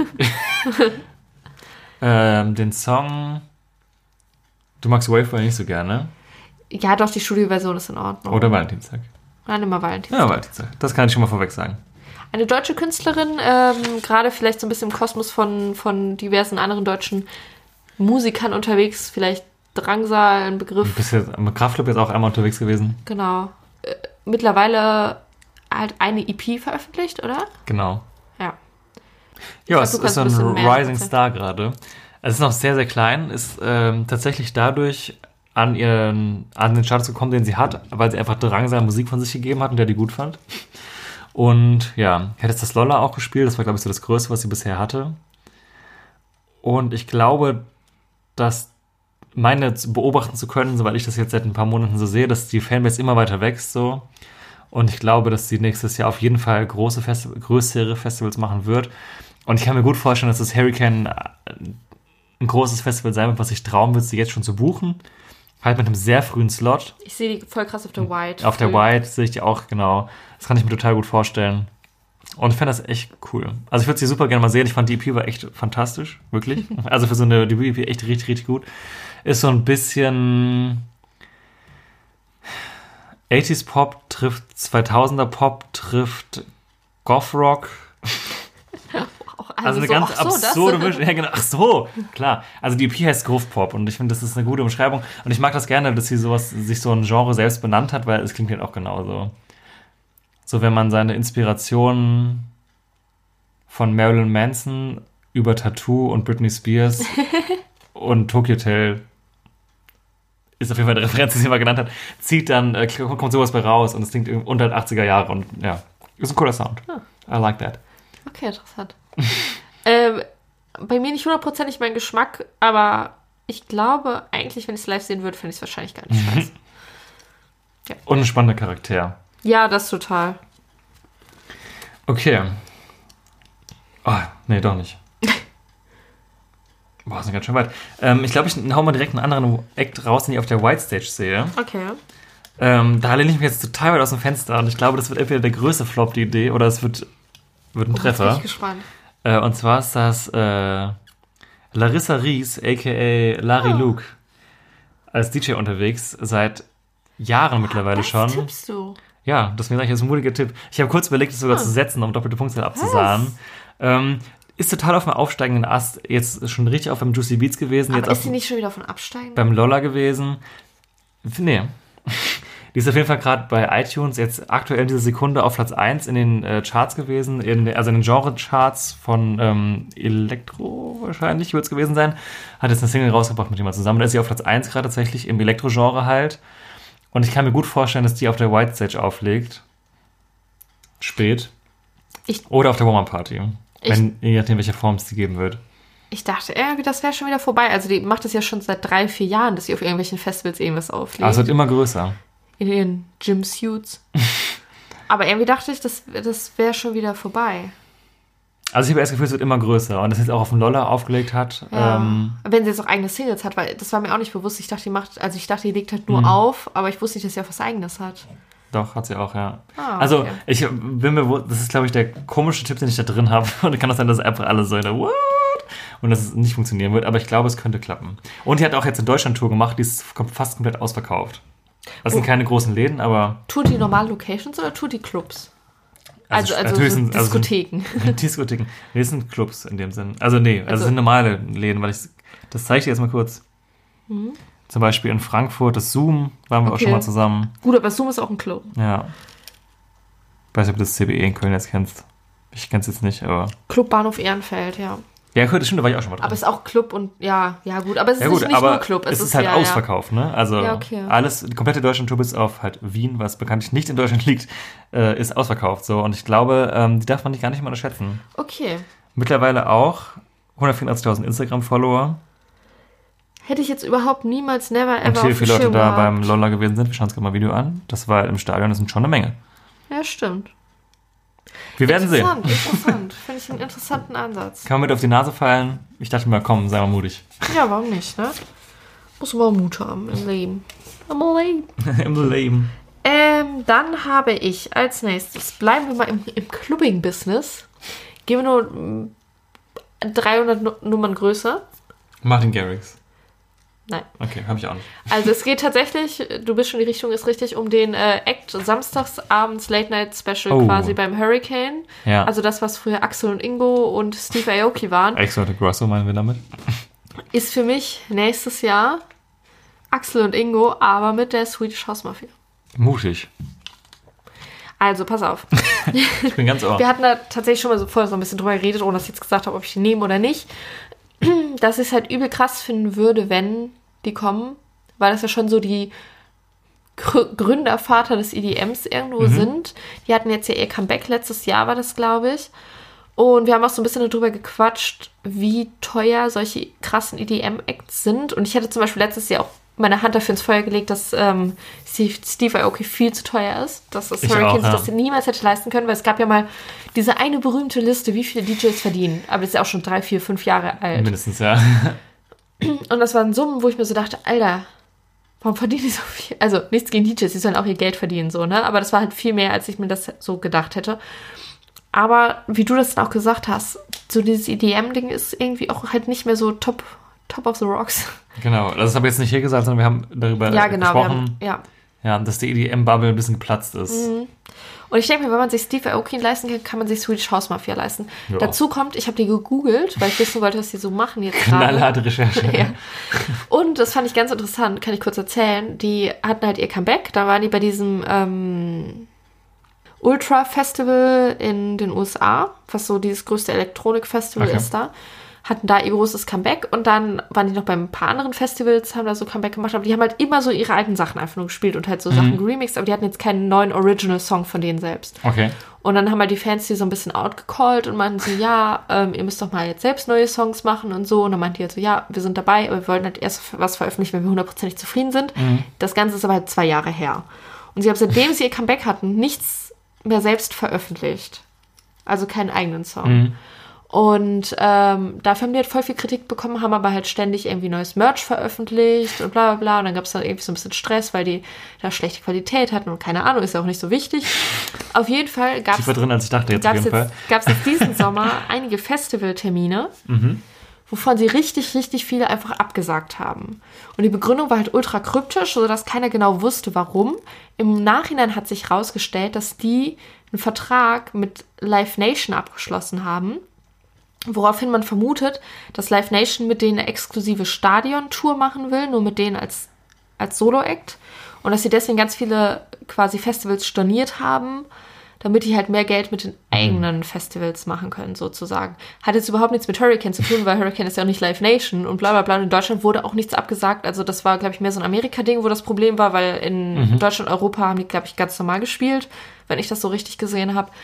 Den Song... Du magst Waveboy nicht so gerne. Ja, doch, die Studioversion ist in Ordnung. Oder Valentinstag. Nein, immer Valentinstag. Ja, Valentinstag. Das kann ich schon mal vorweg sagen. Eine deutsche Künstlerin, gerade vielleicht so ein bisschen im Kosmos von diversen anderen deutschen Musikern unterwegs. Vielleicht Drangsal, ein Begriff. Ein bisschen mit Kraftklub jetzt auch einmal unterwegs gewesen. Genau. Mittlerweile halt eine EP veröffentlicht, oder? Genau. Ja. Ja, es ist so ein Rising Star gerade. Es ist noch sehr, sehr klein, ist tatsächlich dadurch an den Status gekommen, den sie hat, weil sie einfach Drangsal Musik von sich gegeben hat und der die gut fand. Und ja, hat jetzt das Lolla auch gespielt, das war, glaube ich, so das Größte, was sie bisher hatte. Und ich glaube, dass meine beobachten zu können, soweit ich das jetzt seit ein paar Monaten so sehe, dass die Fanbase immer weiter wächst so. Und ich glaube, dass sie nächstes Jahr auf jeden Fall größere Festivals machen wird. Und ich kann mir gut vorstellen, dass das Hurricane ein großes Festival sein wird, was ich trauen wird, sie jetzt schon zu buchen. Halt mit einem sehr frühen Slot. Ich sehe die voll krass auf der White. Auf der White sehe ich die auch, genau. Das kann ich mir total gut vorstellen. Und ich fände das echt cool. Also ich würde sie super gerne mal sehen. Ich fand die EP war echt fantastisch, wirklich. Also für so eine Debüt-EP echt richtig, richtig gut. Ist so ein bisschen 80s Pop trifft 2000er Pop trifft Goth Rock. Also eine ganz absurde Mischung. Ja, genau. Ach so, klar. Also die EP heißt Groove Pop und ich finde, das ist eine gute Umschreibung. Und ich mag das gerne, dass sie sich so ein Genre selbst benannt hat, weil es klingt halt auch genauso. So, wenn man seine Inspirationen von Marilyn Manson über Tattoo und Britney Spears und Tokyo Hotel ist auf jeden Fall eine Referenz, die sie mal genannt hat, zieht, dann kommt sowas bei raus und es klingt unter 80er Jahre und ja, ist ein cooler Sound. I like that. Okay, interessant. Bei mir nicht 100% mein Geschmack, aber ich glaube, eigentlich, wenn ich es live sehen würde, finde ich es wahrscheinlich gar nicht scheiße. Ja. Und ein spannender Charakter. Ja, das total. Okay. Oh, nee, doch nicht. Boah, ist ganz schön weit. Ich glaube, ich hau mal direkt einen anderen Act raus, den ich auf der White Stage sehe. Okay. Da lehne ich mich jetzt total weit aus dem Fenster und ich glaube, das wird entweder der größte Flop, die Idee, oder es wird ein Treffer. Bin ich gespannt. Und zwar ist das Larissa Ries, a.k.a. Larry Luke, als DJ unterwegs, seit Jahren mittlerweile schon. Was tippst du? Ja, das ist ein mutiger Tipp. Ich habe kurz überlegt, es sogar zu setzen, um doppelte Punktzahl abzusahnen. Ist total auf dem aufsteigenden Ast, jetzt schon richtig auf beim Juicy Beats gewesen. Aber jetzt ist sie nicht schon wieder von absteigen? Beim Lolla gewesen. Nee. Die ist auf jeden Fall gerade bei iTunes jetzt aktuell in dieser Sekunde auf Platz 1 in den Charts gewesen, also in den Genre-Charts von Elektro wahrscheinlich wird es gewesen sein. Hat jetzt eine Single rausgebracht mit jemand zusammen. Da ist sie auf Platz 1 gerade tatsächlich im Elektro-Genre halt. Und ich kann mir gut vorstellen, dass die auf der White Stage auflegt. Spät. Oder auf der Warm-Up-Party. Je nachdem, welche Form es die geben wird. Ich dachte irgendwie, das wäre schon wieder vorbei. Also die macht das ja schon seit 3-4 Jahren, dass sie auf irgendwelchen Festivals irgendwas auflegt. Aber es wird immer größer. In ihren Gym-Suits. Aber irgendwie dachte ich, das wäre schon wieder vorbei. Also ich habe erst das Gefühl, es wird immer größer und das jetzt auch auf dem Lolla aufgelegt hat. Ja. Wenn sie jetzt auch eigene Singles hat, weil das war mir auch nicht bewusst. Ich dachte, die legt halt nur auf, aber ich wusste nicht, dass sie auch was Eigenes hat. Doch, hat sie auch, ja. Okay. Also ich bin mir, das ist glaube ich der komische Tipp, den ich da drin habe und kann das sein, dass einfach alle so what? Und dass es nicht funktionieren wird, aber ich glaube, es könnte klappen. Und die hat auch jetzt eine Deutschland-Tour gemacht, die ist fast komplett ausverkauft. Das sind keine großen Läden, aber... Tut die normale Locations oder tut die Clubs? Also so Diskotheken. Diskotheken. Nee, das sind Clubs in dem Sinn. Also es sind normale Läden, weil das zeige ich dir jetzt mal kurz. Mhm. Zum Beispiel in Frankfurt, das Zoom, waren wir auch schon mal zusammen. Gut, aber Zoom ist auch ein Club. Ja. Ich weiß nicht, ob du das CBE in Köln jetzt kennst. Ich kenn's jetzt nicht, aber... Club Bahnhof Ehrenfeld, ja. Ja, das stimmt, da war ich auch schon mal drin. Aber es ist auch Club und ja gut, aber es ist nicht nur Club. Es ist halt ausverkauft, ne? Also alles, die komplette Deutschland-Tour bis auf halt Wien, was bekanntlich nicht in Deutschland liegt, ist ausverkauft. So. Und ich glaube, die darf man gar nicht mal unterschätzen. Okay. Mittlerweile auch 184.000 Instagram-Follower. Hätte ich jetzt überhaupt niemals, never, ever und wie viele Leute da beim Lolla gewesen sind, wir schauen uns gerade mal ein Video an. Das war im Stadion, das sind schon eine Menge. Ja, stimmt. Wir werden sehen. Interessant. Finde ich einen interessanten Ansatz. Kann man mit auf die Nase fallen? Ich dachte mal, komm, sei mal mutig. Ja, warum nicht, ne? Muss man Mut haben im Leben. Im Leben. Dann habe ich als nächstes, bleiben wir mal im Clubbing-Business. Gehen wir nur 300 Nummern größer. Martin Garrix. Nein. Okay, habe ich auch nicht. Also es geht tatsächlich, du bist schon, die Richtung ist richtig, um den Act samstagsabends Late-Night-Special quasi beim Hurricane. Ja. Also das, was früher Axel und Ingo und Steve Aoki waren. Axel und Grosso meinen wir damit? Ist für mich nächstes Jahr Axel und Ingo, aber mit der Swedish House Mafia. Mutig. Also, pass auf. Ich bin ganz ohr. Wir hatten da tatsächlich schon mal vorher so ein bisschen drüber geredet, ohne dass ich jetzt gesagt habe, ob ich die nehme oder nicht. Dass ich es halt übel krass finden würde, wenn die kommen, weil das ja schon so die Gründervater des EDMs irgendwo sind. Die hatten jetzt ja ihr Comeback, letztes Jahr war das, glaube ich. Und wir haben auch so ein bisschen darüber gequatscht, wie teuer solche krassen EDM-Acts sind. Und ich hatte zum Beispiel letztes Jahr auch meine Hand dafür ins Feuer gelegt, dass Steve Aoki viel zu teuer ist. Dass das Hurricane sich das niemals hätte leisten können, weil es gab ja mal diese eine berühmte Liste, wie viele DJs verdienen. Aber das ist ja auch schon 3, 4, 5 Jahre alt. Mindestens, ja. Und das waren Summen, wo ich mir so dachte, Alter, warum verdienen die so viel? Also nichts gegen DJs, die sollen auch ihr Geld verdienen, so, ne? Aber das war halt viel mehr, als ich mir das so gedacht hätte. Aber wie du das dann auch gesagt hast, so dieses EDM-Ding ist irgendwie auch halt nicht mehr so top of the rocks. Genau, das habe ich jetzt nicht hier gesagt, sondern wir haben darüber gesprochen, dass die EDM-Bubble ein bisschen geplatzt ist. Mhm. Und ich denke mir, wenn man sich Steve Aoki leisten kann, kann man sich Swedish House Mafia leisten. Ja. Dazu kommt, ich habe die gegoogelt, weil ich wissen wollte, was die so machen jetzt gerade. Knallharte Recherche. Ja. Und das fand ich ganz interessant, kann ich kurz erzählen. Die hatten halt ihr Comeback, da waren die bei diesem Ultra-Festival in den USA, was so dieses größte Elektronik-Festival ist da. Hatten da ihr großes Comeback und dann waren die noch bei ein paar anderen Festivals, haben da so Comeback gemacht, aber die haben halt immer so ihre alten Sachen einfach nur gespielt und halt so Sachen geremixed, aber die hatten jetzt keinen neuen Original-Song von denen selbst. Okay. Und dann haben halt die Fans die so ein bisschen outgecallt und meinten so, ja, ihr müsst doch mal jetzt selbst neue Songs machen und so. Und dann meinten die halt so, ja, wir sind dabei, aber wir wollten halt erst was veröffentlichen, wenn wir 100% zufrieden sind. Das Ganze ist aber halt 2 Jahre her. Und sie haben, seitdem sie ihr Comeback hatten, nichts mehr selbst veröffentlicht. Also keinen eigenen Song. Und dafür haben die halt voll viel Kritik bekommen, haben aber halt ständig irgendwie neues Merch veröffentlicht und bla bla bla. Und dann gab es dann irgendwie so ein bisschen Stress, weil die da schlechte Qualität hatten und keine Ahnung, ist ja auch nicht so wichtig. Auf jeden Fall gab es drin, als ich dachte, jetzt jetzt diesen Sommer einige Festivaltermine, wovon sie richtig, richtig viele einfach abgesagt haben. Und die Begründung war halt ultra kryptisch, sodass keiner genau wusste, warum. Im Nachhinein hat sich herausgestellt, dass die einen Vertrag mit Live Nation abgeschlossen haben, woraufhin man vermutet, dass Live Nation mit denen eine exklusive Stadion-Tour machen will, nur mit denen als Solo-Act. Und dass sie deswegen ganz viele quasi Festivals storniert haben, damit die halt mehr Geld mit den eigenen Festivals machen können, sozusagen. Hat jetzt überhaupt nichts mit Hurricane zu tun, weil Hurricane ist ja auch nicht Live Nation und bla bla bla. Und in Deutschland wurde auch nichts abgesagt. Also das war, glaube ich, mehr so ein Amerika-Ding, wo das Problem war, weil in Deutschland und Europa haben die, glaube ich, ganz normal gespielt, wenn ich das so richtig gesehen habe.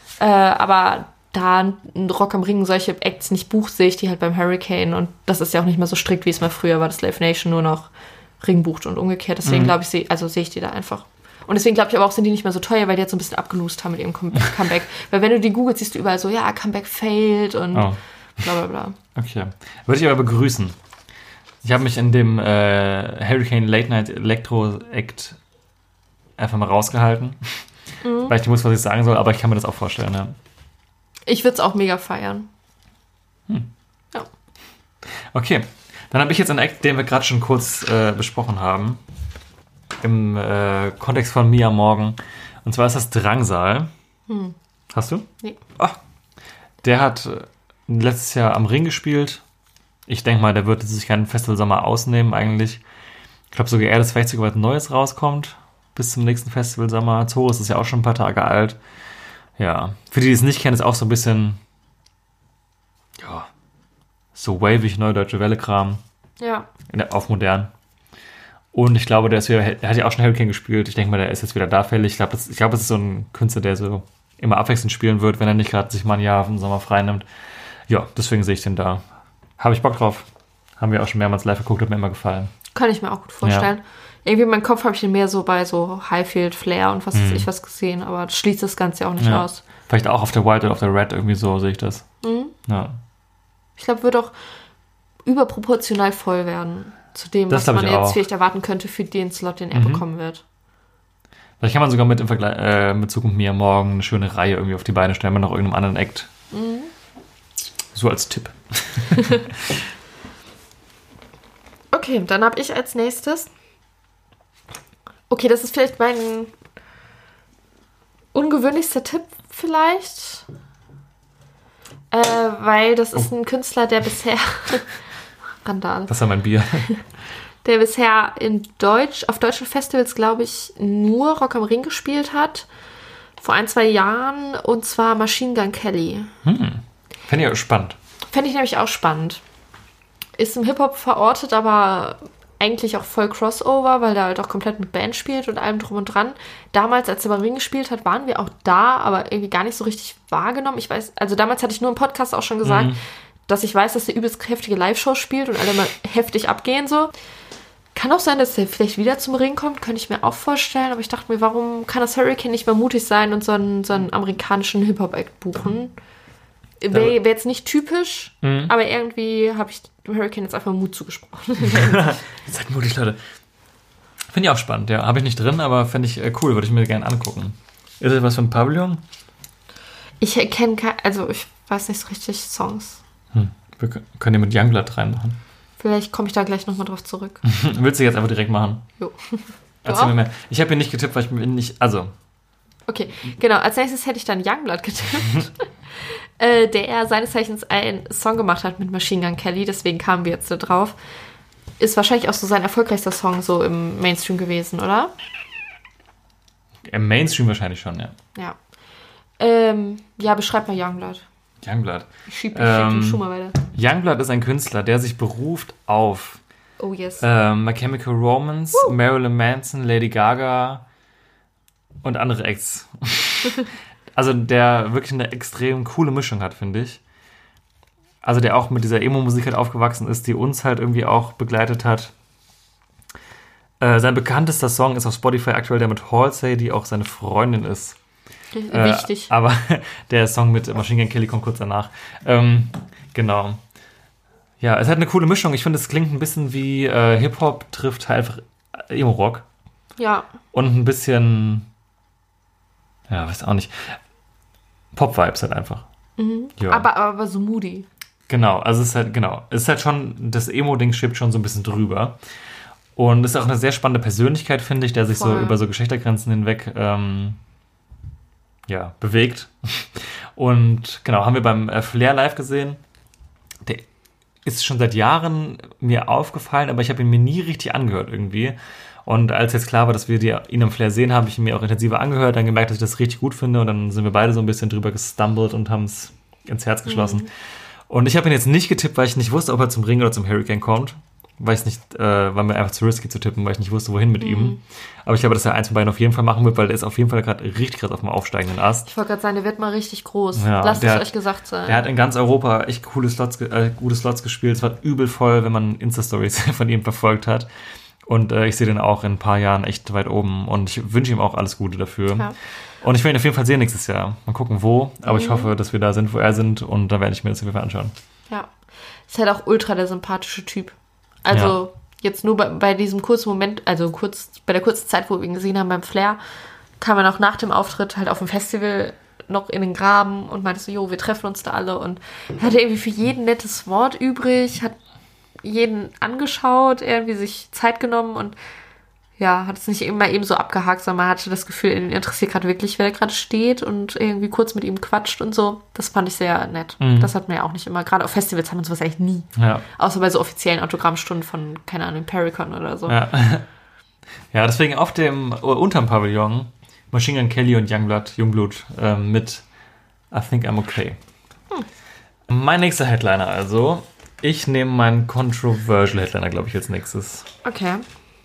Aber da ein Rock am Ring solche Acts nicht bucht, sehe ich die halt beim Hurricane. Und das ist ja auch nicht mehr so strikt, wie es mal früher war, dass Live Nation nur noch Ring bucht und umgekehrt. Deswegen glaube ich, sehe ich die da einfach. Und deswegen glaube ich aber auch, sind die nicht mehr so teuer, weil die jetzt so ein bisschen abgelost haben mit ihrem Comeback. Weil wenn du die googelst, siehst du überall so, ja, Comeback failed und bla bla bla. Okay. Würde ich aber begrüßen. Ich habe mich in dem Hurricane Late Night Electro Act einfach mal rausgehalten. Weil ich nicht wusste, was ich sagen soll, aber ich kann mir das auch vorstellen, ja. Ich würde es auch mega feiern. Ja. Okay. Dann habe ich jetzt einen Act, den wir gerade schon kurz besprochen haben. Im Kontext von Mia Morgan. Und zwar ist das Drangsal. Hast du? Nee. Oh. Der hat letztes Jahr am Ring gespielt. Ich denke mal, der wird sich keinen Festivalsommer ausnehmen eigentlich. Ich glaube sogar eher, dass vielleicht sogar was Neues rauskommt. Bis zum nächsten Festivalsommer. Zoris ist ja auch schon ein paar Tage alt. Ja. Für die es nicht kennen, ist auch so ein bisschen so wavig, neudeutsche Welle-Kram. Ja. Auf modern. Und ich glaube, der hat ja auch schon Hurricane gespielt. Ich denke mal, der ist jetzt wieder da fällig. Ich glaube, es ist so ein Künstler, der so immer abwechselnd spielen wird, wenn er nicht gerade sich mal ein Jahr im Sommer frei nimmt. Ja, deswegen sehe ich den da. Habe ich Bock drauf. Haben wir auch schon mehrmals live geguckt, hat mir immer gefallen. Kann ich mir auch gut vorstellen. Ja. Irgendwie in meinem Kopf habe ich den mehr so bei so Highfield, Flair und was weiß ich was gesehen, aber das schließt das Ganze auch nicht aus. Vielleicht auch auf der White oder auf der Red, irgendwie so sehe ich das. Ja. Ich glaube, wird auch überproportional voll werden zu dem, das was man jetzt auch vielleicht erwarten könnte für den Slot, den er bekommen wird. Vielleicht kann man sogar mit Zukunft Mia Morgan eine schöne Reihe irgendwie auf die Beine stellen, mit noch irgendeinem anderen Act. So als Tipp. Okay, dann habe ich als nächstes. Okay, das ist vielleicht mein ungewöhnlichster Tipp vielleicht. Weil das ist ein Künstler, der bisher Randale. Das war mein Bier. Der bisher auf deutschen Festivals, glaube ich, nur Rock am Ring gespielt hat. Vor 1-2 Jahren. Und zwar Machine Gun Kelly. Fände ich auch spannend. Fände ich nämlich auch spannend. Ist im Hip-Hop verortet, aber eigentlich auch voll Crossover, weil der halt auch komplett mit Band spielt und allem drum und dran. Damals, als er beim Ring gespielt hat, waren wir auch da, aber irgendwie gar nicht so richtig wahrgenommen. Ich weiß, also damals hatte ich nur im Podcast auch schon gesagt, dass ich weiß, dass der übelst heftige Live-Shows spielt und alle mal heftig abgehen so. Kann auch sein, dass der vielleicht wieder zum Ring kommt, könnte ich mir auch vorstellen, aber ich dachte mir, warum kann das Hurricane nicht mal mutig sein und so einen amerikanischen Hip-Hop-Act buchen? Wäre jetzt nicht typisch, aber irgendwie habe ich dem Hurricane jetzt einfach Mut zugesprochen. Ihr seid mutig, Leute. Finde ich auch spannend, ja. Habe ich nicht drin, aber finde ich cool, würde ich mir gerne angucken. Ist das was für ein Pavillon? Ich weiß nicht so richtig Songs. Wir können ja mit Youngblood reinmachen. Vielleicht komme ich da gleich nochmal drauf zurück. Willst du jetzt einfach direkt machen? Jo. Erzähl mir mehr. Ich habe hier nicht getippt, weil ich bin nicht, Okay, genau. Als nächstes hätte ich dann Youngblood getippt. Der seines Zeichens einen Song gemacht hat mit Machine Gun Kelly, deswegen kamen wir jetzt da drauf. Ist wahrscheinlich auch so sein erfolgreichster Song so im Mainstream gewesen, oder? Im Mainstream wahrscheinlich schon, ja. Ja. Beschreib mal Youngblood. Youngblood. Ich schieb den Schuh mal weiter. Youngblood ist ein Künstler, der sich beruft auf Oh yes. My Chemical Romance, Marilyn Manson, Lady Gaga und andere Acts. Also der wirklich eine extrem coole Mischung hat, finde ich. Also der auch mit dieser Emo-Musik halt aufgewachsen ist, die uns halt irgendwie auch begleitet hat. Sein bekanntester Song ist auf Spotify aktuell der mit Halsey, die auch seine Freundin ist. Wichtig. Aber der Song mit Machine Gun Kelly kommt kurz danach. Genau. Ja, es hat eine coole Mischung. Ich finde, es klingt ein bisschen wie Hip-Hop trifft halt einfach Emo-Rock. Ja. Und ein bisschen, ja, weiß auch nicht, Pop-Vibes halt einfach. Ja. Aber so moody. Genau, also es ist halt schon, das Emo-Ding schwebt schon so ein bisschen drüber. Und es ist auch eine sehr spannende Persönlichkeit, finde ich, der sich so über so Geschlechtergrenzen hinweg bewegt. Und genau, haben wir beim Flair live gesehen. Der ist schon seit Jahren mir aufgefallen, aber ich habe ihn mir nie richtig angehört irgendwie. Und als jetzt klar war, dass wir ihn am Flair sehen, habe ich ihn mir auch intensiver angehört, dann gemerkt, dass ich das richtig gut finde und dann sind wir beide so ein bisschen drüber gestumbled und haben es ins Herz geschlossen. Und ich habe ihn jetzt nicht getippt, weil ich nicht wusste, ob er zum Ring oder zum Hurricane kommt. Weil mir einfach zu risky zu tippen, weil ich nicht wusste, wohin mit ihm. Aber ich glaube, dass er eins von beiden auf jeden Fall machen wird, weil der ist auf jeden Fall gerade richtig auf dem aufsteigenden Ast. Ich wollte gerade sagen, der wird mal richtig groß. Ja, lasst es euch gesagt sein. Der hat in ganz Europa echt gute Slots gespielt. Es war übel voll, wenn man Insta-Stories von ihm verfolgt hat. Und ich sehe den auch in ein paar Jahren echt weit oben. Und ich wünsche ihm auch alles Gute dafür. Ja. Und ich will ihn auf jeden Fall sehen nächstes Jahr. Mal gucken, wo. Aber ich hoffe, dass wir da sind, wo er sind. Und dann werde ich mir das auf jeden Fall anschauen. Ja. Ist halt auch ultra der sympathische Typ. Also jetzt nur bei diesem kurzen Moment, also bei der kurzen Zeit, wo wir ihn gesehen haben beim Flair, kam er noch nach dem Auftritt halt auf dem Festival noch in den Graben und meinte so, jo, wir treffen uns da alle. Und er hatte irgendwie für jeden nettes Wort übrig, hat jeden angeschaut, irgendwie sich Zeit genommen und ja, hat es nicht immer eben so abgehakt, sondern man hatte das Gefühl, ihn interessiert gerade wirklich, wer da gerade steht und irgendwie kurz mit ihm quatscht und so. Das fand ich sehr nett. Das hat man ja auch nicht immer. Gerade auf Festivals haben wir sowas eigentlich nie. Ja. Außer bei so offiziellen Autogrammstunden von, keine Ahnung, Pericon oder so. Ja, ja, deswegen auf dem unterm Pavillon Machine Gun Kelly und Jungblut mit I Think I'm Okay. Mein nächster Headliner also. Ich nehme meinen Controversial Headliner, glaube ich, als nächstes. Okay.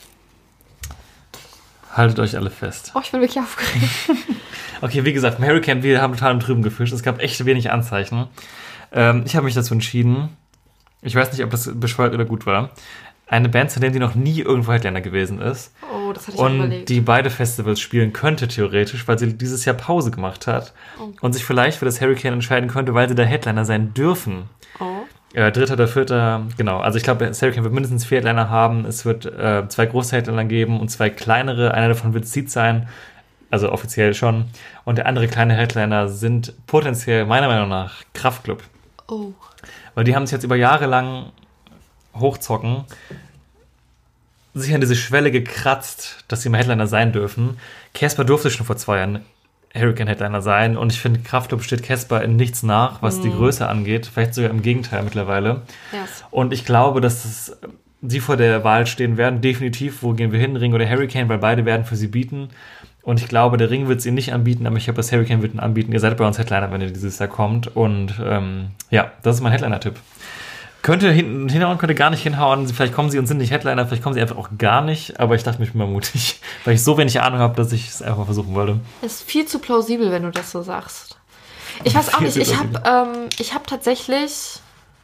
Haltet euch alle fest. Oh, ich bin wirklich aufgeregt. Okay, wie gesagt, Hurricane, wir haben total im Trüben gefischt. Es gab echt wenig Anzeichen. Ich habe mich dazu entschieden, ich weiß nicht, ob das bescheuert oder gut war, eine Band zu nehmen, die noch nie irgendwo Headliner gewesen ist. Oh, das hatte ich auch überlegt. Und die beide Festivals spielen könnte, theoretisch, weil sie dieses Jahr Pause gemacht hat. Oh. Und sich vielleicht für das Hurricane entscheiden könnte, weil sie da Headliner sein dürfen. Oh. 3. oder 4. Genau. Also ich glaube, das Hurricane wird mindestens 4 Headliner haben. Es wird 2 große Headliner geben und 2 kleinere. Einer davon wird Seed sein, also offiziell schon. Und der andere kleine Headliner sind potenziell, meiner Meinung nach, Kraftklub. Oh. Weil die haben sich jetzt über Jahre lang hochzocken, sich an diese Schwelle gekratzt, dass sie mal Headliner sein dürfen. Casper durfte schon vor 2 Jahren Hurricane-Headliner sein und ich finde, Kraftklub steht Casper in nichts nach, was die Größe angeht. Vielleicht sogar im Gegenteil mittlerweile. Yes. Und ich glaube, dass sie vor der Wahl stehen werden, definitiv, wo gehen wir hin, Ring oder Hurricane, weil beide werden für sie bieten. Und ich glaube, der Ring wird es ihnen nicht anbieten, aber ich glaube, das Hurricane wird ihn anbieten. Ihr seid bei uns Headliner, wenn ihr dieses Jahr kommt. Und ja, das ist mein Headliner-Tipp. Könnte hinhauen, könnte gar nicht hinhauen. Vielleicht kommen sie und sind nicht Headliner, vielleicht kommen sie einfach auch gar nicht. Aber ich dachte, ich bin mal mutig, weil ich so wenig Ahnung habe, dass ich es einfach mal versuchen wollte. Ist viel zu plausibel, wenn du das so sagst. Ich weiß auch nicht, ich hab tatsächlich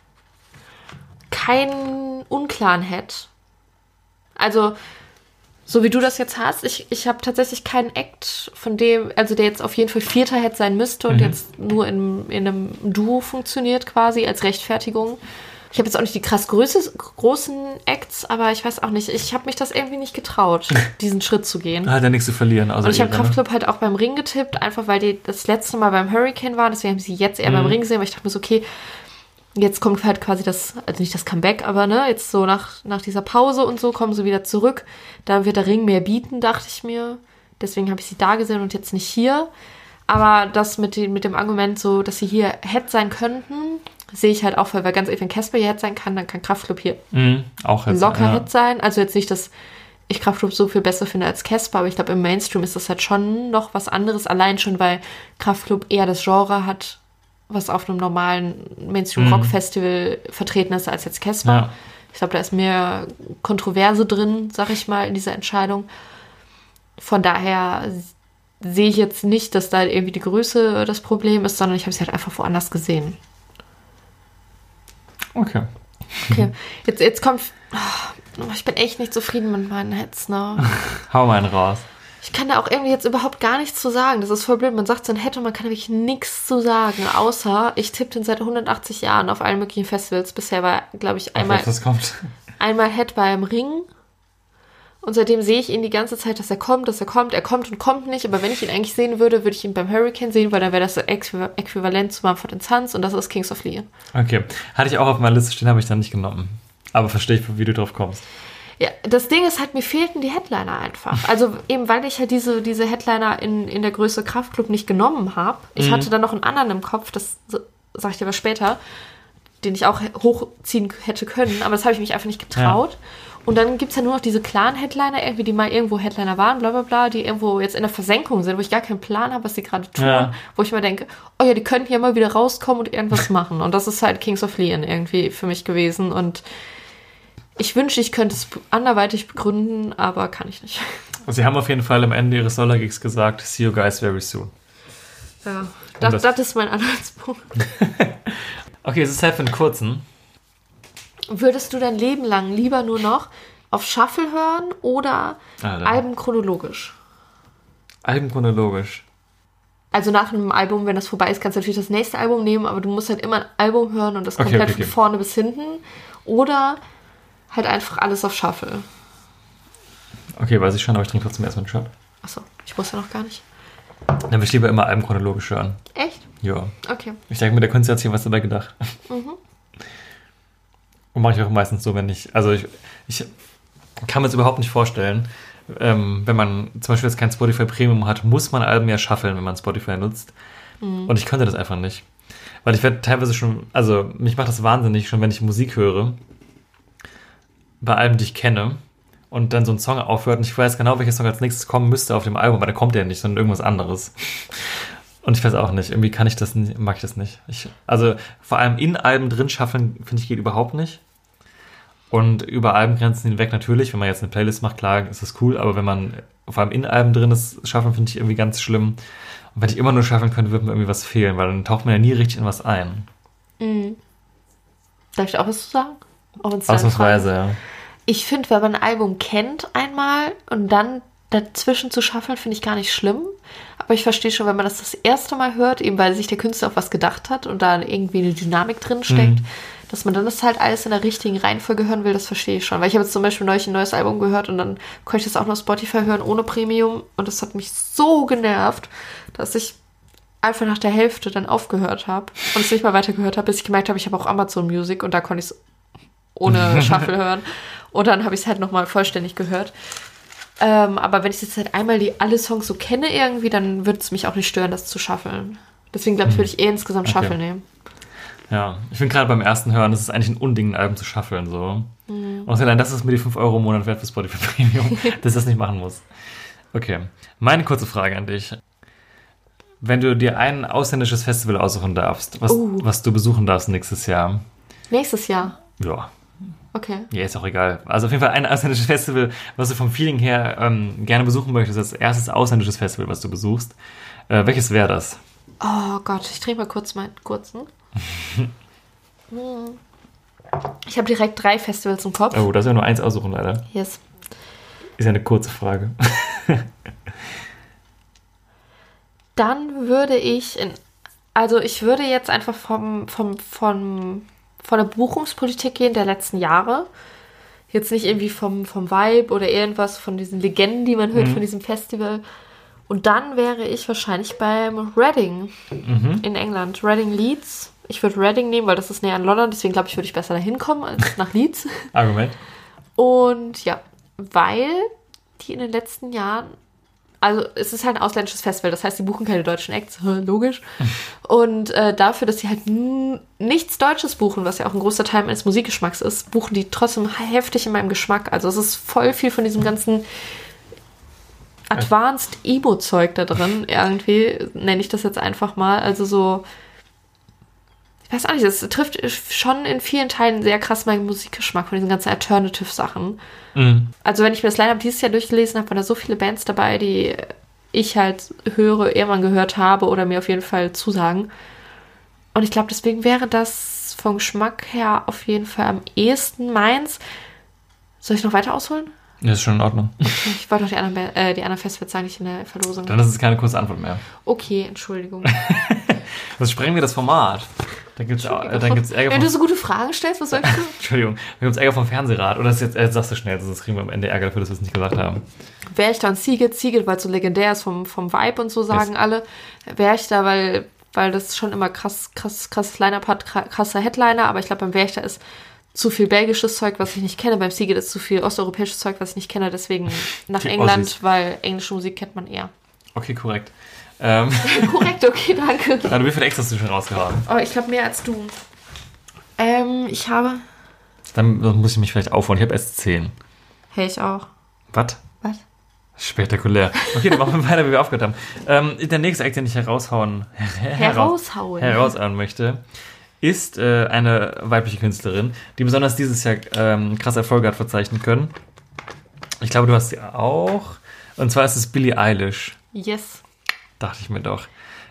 keinen unklaren Head. Also, so wie du das jetzt hast, ich habe tatsächlich keinen Act, von dem, also der jetzt auf jeden Fall 4. Head sein müsste und jetzt nur in einem Duo funktioniert quasi als Rechtfertigung. Ich habe jetzt auch nicht die krass großen Acts, aber ich weiß auch nicht, ich habe mich das irgendwie nicht getraut, diesen Schritt zu gehen. Hat ja nichts zu verlieren. Und ich habe Kraftklub halt auch beim Ring getippt, einfach weil die das letzte Mal beim Hurricane waren, deswegen haben sie jetzt eher beim Ring gesehen, weil ich dachte mir so, okay, jetzt kommt halt quasi das, also nicht das Comeback, aber ne, jetzt so nach dieser Pause und so kommen sie wieder zurück. Da wird der Ring mehr bieten, dachte ich mir. Deswegen habe ich sie da gesehen und jetzt nicht hier. Aber das mit dem Argument so, dass sie hier Head sein könnten, sehe ich halt auch, weil ganz ehrlich, wenn Casper hier Head sein kann, dann kann Kraftklub hier auch locker Head sein. Also jetzt nicht, dass ich Kraftklub so viel besser finde als Casper, aber ich glaube, im Mainstream ist das halt schon noch was anderes. Allein schon, weil Kraftklub eher das Genre hat, was auf einem normalen Mainstream-Rock-Festival vertreten ist, als jetzt Casper. Ja. Ich glaube, da ist mehr Kontroverse drin, sag ich mal, in dieser Entscheidung. Von daher sehe ich jetzt nicht, dass da irgendwie die Größe das Problem ist, sondern ich habe sie halt einfach woanders gesehen. Okay. Jetzt kommt... Oh, ich bin echt nicht zufrieden mit meinen Heads, ne? Hau mal einen raus. Ich kann da auch irgendwie jetzt überhaupt gar nichts zu sagen. Das ist voll blöd. Man sagt so ein Head und man kann wirklich nichts zu sagen, außer ich tippe den seit 180 Jahren auf allen möglichen Festivals. Bisher war, glaube ich, einmal Head beim Ring. Und seitdem sehe ich ihn die ganze Zeit, dass er kommt. Er kommt und kommt nicht. Aber wenn ich ihn eigentlich sehen würde, würde ich ihn beim Hurricane sehen, weil dann wäre das so äquivalent zu Mumford & Sons und das ist Kings of Leon. Okay. Hatte ich auch auf meiner Liste stehen, habe ich dann nicht genommen. Aber verstehe ich, wie du drauf kommst. Ja, das Ding ist halt, mir fehlten die Headliner einfach. Also eben, weil ich halt diese Headliner in der Größe Kraftklub nicht genommen habe. Ich hatte dann noch einen anderen im Kopf, das sage ich dir aber später, den ich auch hochziehen hätte können. Aber das habe ich mich einfach nicht getraut. Ja. Und dann gibt es ja nur noch diese Clan-Headliner, irgendwie, die mal irgendwo Headliner waren, bla bla bla, die irgendwo jetzt in der Versenkung sind, wo ich gar keinen Plan habe, was die gerade tun. Ja. Wo ich mir denke, oh ja, die könnten ja mal wieder rauskommen und irgendwas machen. Und das ist halt Kings of Leon irgendwie für mich gewesen. Und ich wünsche, ich könnte es anderweitig begründen, aber kann ich nicht. Sie haben auf jeden Fall am Ende ihres Solar-Gigs gesagt, see you guys very soon. Ja, das ist mein Anhaltspunkt. Okay, es ist Zeit für einen kurzen. Würdest du dein Leben lang lieber nur noch auf Shuffle hören oder Alben chronologisch? Alben chronologisch. Also nach einem Album, wenn das vorbei ist, kannst du natürlich das nächste Album nehmen, aber du musst halt immer ein Album hören und das komplett von vorne bis hinten. Oder halt einfach alles auf Shuffle. Okay, weiß ich schon, aber ich trinke trotzdem erstmal einen Shot. Achso, ich wusste noch gar nicht. Dann will ich lieber immer Alben chronologisch hören. Echt? Ja. Okay. Ich denke mir, der Künstler hat sich was dabei gedacht. Und mache ich auch meistens so, wenn ich kann mir das überhaupt nicht vorstellen. Wenn man zum Beispiel jetzt kein Spotify Premium hat, muss man Alben ja shuffeln, wenn man Spotify nutzt. Und ich könnte das einfach nicht. Weil ich werde teilweise schon, also mich macht das wahnsinnig, schon wenn ich Musik höre, bei Alben, die ich kenne, und dann so ein Song aufhört und ich weiß genau, welcher Song als nächstes kommen müsste auf dem Album, aber der kommt ja nicht, sondern irgendwas anderes. Und ich weiß auch nicht, irgendwie mag ich das nicht. Also vor allem in Alben drin shuffeln, finde ich, geht überhaupt nicht. Und über Albengrenzen hinweg natürlich, wenn man jetzt eine Playlist macht, klar, ist das cool, aber wenn man vor allem in Alben drin ist, shuffeln finde ich irgendwie ganz schlimm. Und wenn ich immer nur shuffeln könnte, würde mir irgendwie was fehlen, weil dann taucht man ja nie richtig in was ein. Darf ich auch was zu sagen? Ausnahmsweise, ja. Ich finde, wenn man ein Album kennt einmal und dann dazwischen zu shuffeln, finde ich gar nicht schlimm. Aber ich verstehe schon, wenn man das erste Mal hört, eben weil sich der Künstler auf was gedacht hat und da irgendwie eine Dynamik drin steckt, dass man dann das halt alles in der richtigen Reihenfolge hören will, das verstehe ich schon. Weil ich habe jetzt zum Beispiel neulich ein neues Album gehört und dann konnte ich das auch noch auf Spotify hören ohne Premium und das hat mich so genervt, dass ich einfach nach der Hälfte dann aufgehört habe und es nicht mal weitergehört habe, bis ich gemerkt habe, ich habe auch Amazon Music und da konnte ich es ohne Shuffle hören. Und dann habe ich es halt nochmal vollständig gehört. Aber wenn ich jetzt halt einmal alle Songs so kenne irgendwie, dann würde es mich auch nicht stören, das zu shuffeln. Deswegen glaube ich, würde ich insgesamt Shuffle nehmen. Ja, ich finde gerade beim ersten Hören, das ist eigentlich ein Unding, ein Album zu shuffeln. So. Und allein das ist mir die 5 € im Monat wert für Spotify Premium, dass ich das nicht machen muss. Okay, meine kurze Frage an dich. Wenn du dir ein ausländisches Festival aussuchen darfst, was du besuchen darfst nächstes Jahr. Nächstes Jahr? Ja. Okay. Ja, ist auch egal. Also auf jeden Fall ein ausländisches Festival, was du vom Feeling her gerne besuchen möchtest, als erstes ausländisches Festival, was du besuchst. Welches wäre das? Oh Gott, ich trinke mal kurz meinen kurzen. Ich habe direkt 3 Festivals im Kopf. Oh, da ist ja nur eins aussuchen, leider. Yes. Ist ja eine kurze Frage. Dann würde ich ich würde jetzt einfach von der Buchungspolitik gehen der letzten Jahre. Jetzt nicht irgendwie vom Vibe oder irgendwas von diesen Legenden, die man hört von diesem Festival. Und dann wäre ich wahrscheinlich beim Reading in England. Reading Leeds. Ich würde Reading nehmen, weil das ist näher an London. Deswegen glaube ich, würde ich besser dahin kommen als nach Leeds. Argument. Und ja, weil die in den letzten Jahren, also es ist halt ein ausländisches Festival, das heißt, die buchen keine deutschen Acts, logisch. Und dafür, dass sie halt nichts Deutsches buchen, was ja auch ein großer Teil meines Musikgeschmacks ist, buchen die trotzdem heftig in meinem Geschmack. Also es ist voll viel von diesem ganzen Advanced Emo-Zeug da drin, irgendwie, nenne ich das jetzt einfach mal. Also so, ich weiß auch nicht, es trifft schon in vielen Teilen sehr krass meinen Musikgeschmack von diesen ganzen Alternative-Sachen. Also wenn ich mir das Line-Up dieses Jahr durchgelesen habe, waren da so viele Bands dabei, die ich halt irgendwann gehört habe oder mir auf jeden Fall zusagen. Und ich glaube, deswegen wäre das vom Geschmack her auf jeden Fall am ehesten meins. Soll ich noch weiter ausholen? Ja, ist schon in Ordnung. Okay, ich wollte doch die anderen Festivals sagen, nicht in der Verlosung. Dann ist es keine kurze Antwort mehr. Okay, Entschuldigung. Was sprengen wir das Format? Dann gibt's Ärger. Wenn du so gute Fragen stellst, was soll ich tun? Entschuldigung, dann gibt es Ärger vom Fernsehrat. Oder ist jetzt, sagst du schnell, sonst kriegen wir am Ende Ärger dafür, dass wir es nicht gesagt haben. Wäre ich da ein Seagate, weil es so legendär ist vom Vibe und so, sagen alle. Wäre ich da, weil das schon immer krasses Line-Up hat, krasser Headliner, aber ich glaube, beim Werchter ist zu viel belgisches Zeug, was ich nicht kenne. Beim Seagate ist zu viel osteuropäisches Zeug, was ich nicht kenne. Deswegen nach England, Ossis. Weil englische Musik kennt man eher. Okay, korrekt. Korrekt, okay, danke. Also, wie viel Extra hast du schon rausgehauen? Oh, ich glaube mehr als du. Ich habe... Dann muss ich mich vielleicht aufholen. Ich habe erst 10. Hey, ich auch. Was? Spektakulär. Okay, dann machen wir weiter, wie wir aufgehört haben. Der nächste Act, den ich heraushauen möchte, ist eine weibliche Künstlerin, die besonders dieses Jahr krasse Erfolge hat verzeichnen können. Ich glaube, du hast sie auch. Und zwar ist es Billie Eilish. Yes. Dachte ich mir doch.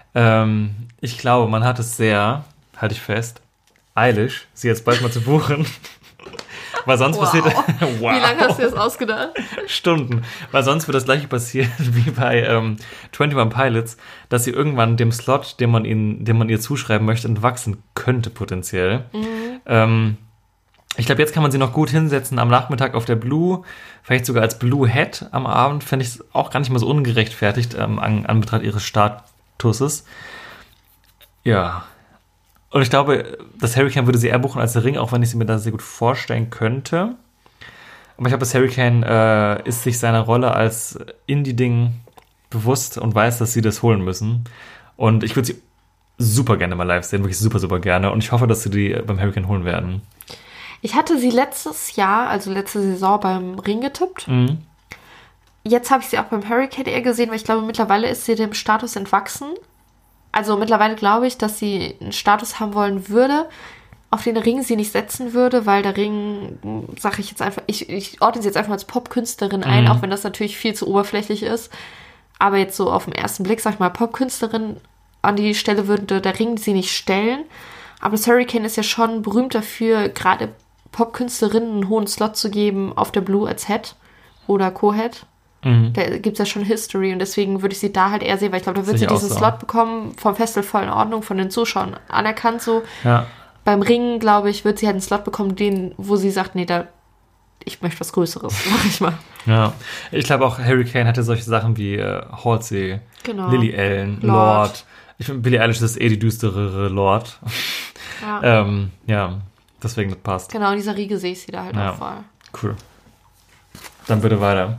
Ich glaube, man hat es sehr, halte ich fest, Eilish, sie jetzt bald mal zu buchen. Weil sonst passiert... Wow. Wie lange hast du das ausgedacht? Stunden. Weil sonst wird das gleiche passieren wie bei 21 Pilots, dass sie irgendwann dem Slot, den man ihr zuschreiben möchte, entwachsen könnte potenziell. Ich glaube, jetzt kann man sie noch gut hinsetzen am Nachmittag auf der Blue, vielleicht sogar als Blue Head am Abend, fände ich es auch gar nicht mal so ungerechtfertigt an Betracht ihres Statuses. Ja. Und ich glaube, das Hurricane würde sie eher buchen als der Ring, auch wenn ich sie mir da sehr gut vorstellen könnte. Aber ich glaube, das Hurricane ist sich seiner Rolle als Indie-Ding bewusst und weiß, dass sie das holen müssen. Und ich würde sie super gerne mal live sehen, wirklich super, super gerne. Und ich hoffe, dass sie die beim Hurricane holen werden. Ich hatte sie letztes Jahr, also letzte Saison, beim Ring getippt. Jetzt habe ich sie auch beim Hurricane eher gesehen, weil ich glaube, mittlerweile ist sie dem Status entwachsen. Also mittlerweile glaube ich, dass sie einen Status haben wollen würde, auf den der Ring sie nicht setzen würde, weil der Ring, sage ich jetzt einfach, ich ordne sie jetzt einfach als Popkünstlerin ein, auch wenn das natürlich viel zu oberflächlich ist. Aber jetzt so auf den ersten Blick, sag ich mal, Popkünstlerin an die Stelle würde der Ring sie nicht stellen. Aber das Hurricane ist ja schon berühmt dafür, gerade Popkünstlerinnen einen hohen Slot zu geben auf der Blue als Head oder Co-Head. Da gibt es ja schon History und deswegen würde ich sie da halt eher sehen, weil ich glaube, da wird sie diesen Slot bekommen, vom Festival voll in Ordnung, von den Zuschauern anerkannt so. Ja. Beim Ringen, glaube ich, wird sie halt einen Slot bekommen, wo sie sagt, nee, ich möchte was Größeres, mach ich mal. Ja, ich glaube auch, Hurricane hatte solche Sachen wie Halsey, genau. Lily Allen, Lord. Ich finde, Billie Eilish ist die düsterere Lord. Ja. Deswegen, das passt. Genau, in dieser Riege sehe ich sie da halt auch voll. Cool. Dann bitte weiter.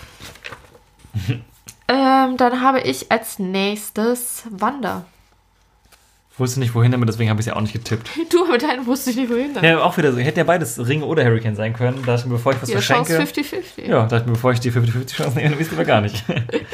Dann habe ich als nächstes Wanda. Ich wusste nicht, wohin damit, deswegen habe ich sie auch nicht getippt. Du mit deinem wusste ich nicht, wohin damit. Ja, auch wieder so. Hätte ja beides Ring oder Hurricane sein können. Da dachte ich mir, bevor ich was verschenke... Chance 50-50. Ja, dachte ich mir, bevor ich die 50-50 Chance nehme, dann wisst ihr aber gar nicht.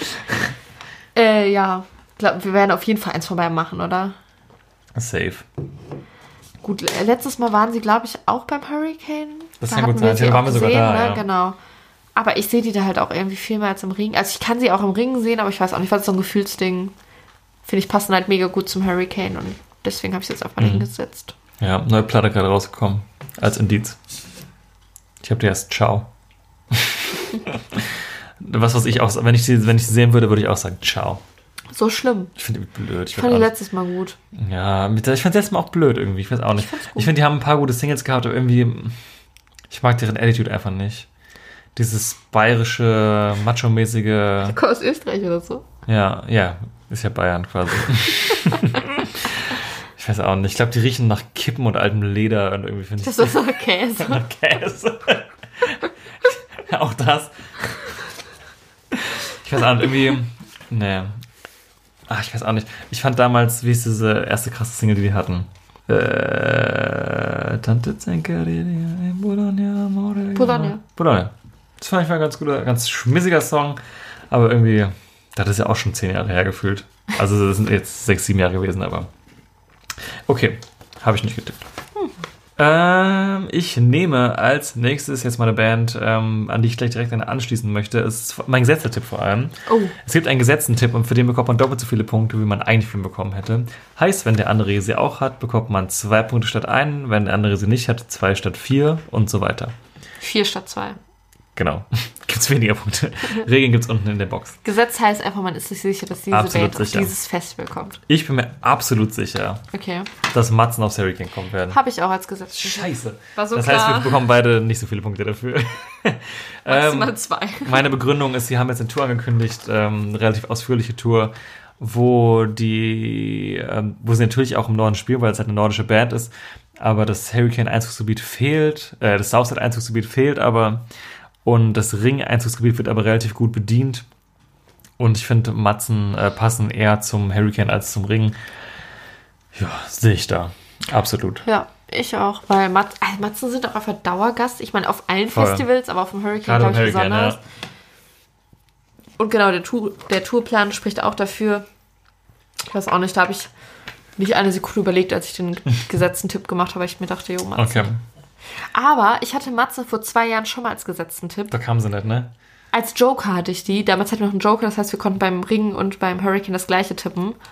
Ja. Ich glaube, wir werden auf jeden Fall eins von beiden machen, oder? Safe. Gut, letztes Mal waren sie, glaube ich, auch beim Hurricane. Das kann gut sein. Da waren wir sogar da, ne? ja. Genau. Aber ich sehe die da halt auch irgendwie viel mehr als im Ring. Also ich kann sie auch im Ring sehen, aber ich weiß auch nicht, was ist so ein Gefühlsding. Finde ich, passen halt mega gut zum Hurricane und deswegen habe ich es jetzt einfach hingesetzt. Ja, neue Platte gerade rausgekommen. Als Indiz. Ich habe die erst Ciao. Was ich auch, wenn ich sie sehen würde, würde ich auch sagen Ciao. So schlimm. Ich finde die blöd. Ich fand die letztes Mal gut. Ja, ich fand sie letztes Mal auch blöd irgendwie. Ich weiß auch nicht. Ich finde, die haben ein paar gute Singles gehabt, aber irgendwie, ich mag deren Attitude einfach nicht. Dieses bayerische, macho-mäßige... Komm aus Österreich oder so? Ja, ist ja Bayern quasi. Ich weiß auch nicht. Ich glaube, die riechen nach Kippen und altem Leder und irgendwie finde ich... Das ist so Käse. Käse. Auch das. Ich weiß auch nicht, irgendwie... Nee. Ach, ich weiß auch nicht. Ich fand damals, wie ist diese erste krasse Single, die hatten? Tante Zenkeria in Bologna. Bologna. Das fand ich mal ein ganz guter, ganz schmissiger Song. Aber irgendwie, das ist ja auch schon 10 Jahre her gefühlt. Also das sind jetzt 6, 7 Jahre gewesen, aber okay, habe ich nicht getippt. Ich nehme als nächstes jetzt mal eine Band, an die ich gleich direkt anschließen möchte. Es ist mein gesetzter Tipp vor allem. Oh. Es gibt einen gesetzten Tipp und für den bekommt man doppelt so viele Punkte, wie man eigentlich für ihn bekommen hätte. Heißt, wenn der andere sie auch hat, bekommt man 2 Punkte statt 1. Wenn der andere sie nicht hat, 2 statt 4 und so weiter. 4 statt 2. Genau. Gibt es weniger Punkte. Regeln gibt es unten in der Box. Gesetz heißt einfach, man ist sich sicher, dass diese Band auf dieses Festival kommt. Ich bin mir absolut sicher, dass Matzen aufs Hurricane kommen werden. Habe ich auch als Gesetz. Scheiße. War so das klar. heißt, wir bekommen beide nicht so viele Punkte dafür. Maximal 2. Meine Begründung ist, sie haben jetzt eine Tour angekündigt, eine relativ ausführliche Tour, wo sie natürlich auch im Norden spielen, weil es halt eine nordische Band ist, aber das Hurricane-Einzugsgebiet fehlt, das Southside-Einzugsgebiet fehlt aber und das Ring-Einzugsgebiet wird aber relativ gut bedient und ich finde, Matzen passen eher zum Hurricane als zum Ring. Ja, sehe ich da. Absolut. Ja, ich auch, weil Matzen sind auch einfach Dauergast. Ich meine, auf allen Festivals, aber auf dem Hurricane, glaube ich, besonders. Ja. Und genau, der Tourplan spricht auch dafür. Ich weiß auch nicht, da habe ich nicht eine Sekunde überlegt, als ich den gesetzten Tipp gemacht habe, weil ich mir dachte, jo, Matzen. Okay. Aber ich hatte Matzen vor 2 Jahren schon mal als gesetzten Tipp. Da kam sie nicht, ne? Als Joker hatte ich die. Damals hatten wir noch einen Joker, das heißt, wir konnten beim Ring und beim Hurricane das gleiche tippen.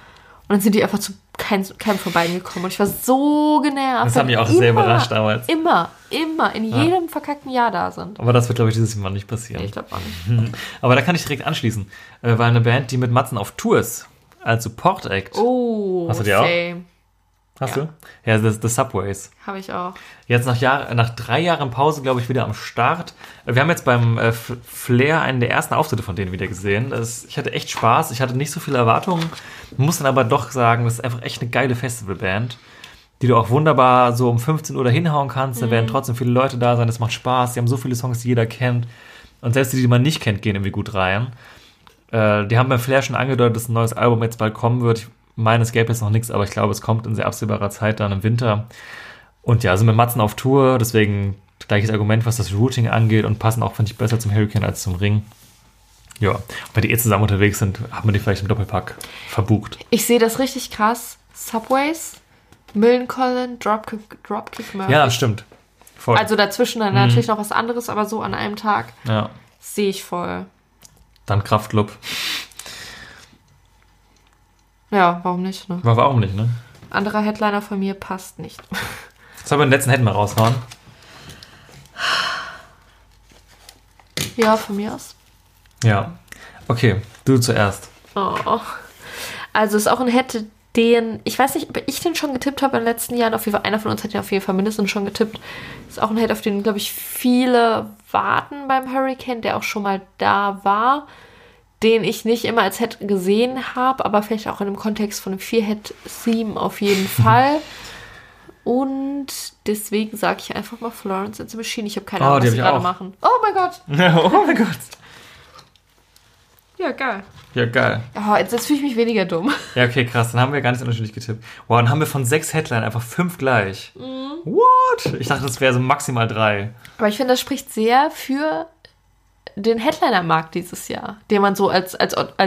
Und dann sind die einfach zu keinem vorbeigekommen. Und ich war so genervt. Das hat mich auch sehr überrascht damals. Immer in jedem verkackten Jahr da sind. Aber das wird, glaube ich, dieses Mal nicht passieren. Nee, ich glaube auch nicht. Aber da kann ich direkt anschließen. Weil eine Band, die mit Matzen auf Tour ist, als Support-Act. Oh, hast du die auch? Hast du? Ja, The Subways. Habe ich auch. Jetzt nach 3 Jahren Pause, glaube ich, wieder am Start. Wir haben jetzt beim Flair einen der ersten Auftritte von denen wieder gesehen. Ich hatte echt Spaß. Ich hatte nicht so viele Erwartungen. Muss dann aber doch sagen, das ist einfach echt eine geile Festivalband, die du auch wunderbar so um 15 Uhr da hinhauen kannst. Da werden trotzdem viele Leute da sein. Das macht Spaß. Die haben so viele Songs, die jeder kennt. Und selbst die man nicht kennt, gehen irgendwie gut rein. Die haben beim Flair schon angedeutet, dass ein neues Album jetzt bald kommen wird. Ich meine, es gäbe jetzt noch nichts, aber ich glaube, es kommt in sehr absehbarer Zeit dann im Winter. Und ja, sind mit Matzen auf Tour, deswegen gleiches Argument, was das Routing angeht und passen auch, finde ich, besser zum Hurricane als zum Ring. Ja, und wenn die zusammen unterwegs sind, hat man die vielleicht im Doppelpack verbucht. Ich sehe das richtig krass. Subways, Millencolin, Dropkick Murphys. Ja, stimmt. Voll. Also dazwischen dann natürlich noch was anderes, aber so an einem Tag sehe ich voll. Dann Kraftklub. Ja, warum nicht, ne? Warum nicht, ne? Anderer Headliner von mir passt nicht. Sollen wir den letzten Head mal raushauen? Ja, von mir aus. Ja. Okay, du zuerst. Oh. Also ist auch ein Head, den, ich weiß nicht, ob ich den schon getippt habe in den letzten Jahren. Auf jeden Fall, einer von uns hat den auf jeden Fall mindestens schon getippt. Ist auch ein Head, auf den, glaube ich, viele warten beim Hurricane, der auch schon mal da war. Den ich nicht immer als Head gesehen habe, aber vielleicht auch in dem Kontext von einem 4-Head-Theme auf jeden Fall. Und deswegen sage ich einfach mal Florence and the Machine. Ich habe keine Ahnung, was sie gerade machen. Oh mein Gott. Oh mein Gott. Ja, geil. Ja, geil. Oh, jetzt fühle ich mich weniger dumm. Ja, okay, krass. Dann haben wir gar nicht unterschiedlich getippt. Wow, dann haben wir von 6 Headline einfach 5 gleich. What? Ich dachte, das wäre so maximal 3. Aber ich finde, das spricht sehr für den Headliner-Markt dieses Jahr, den man so als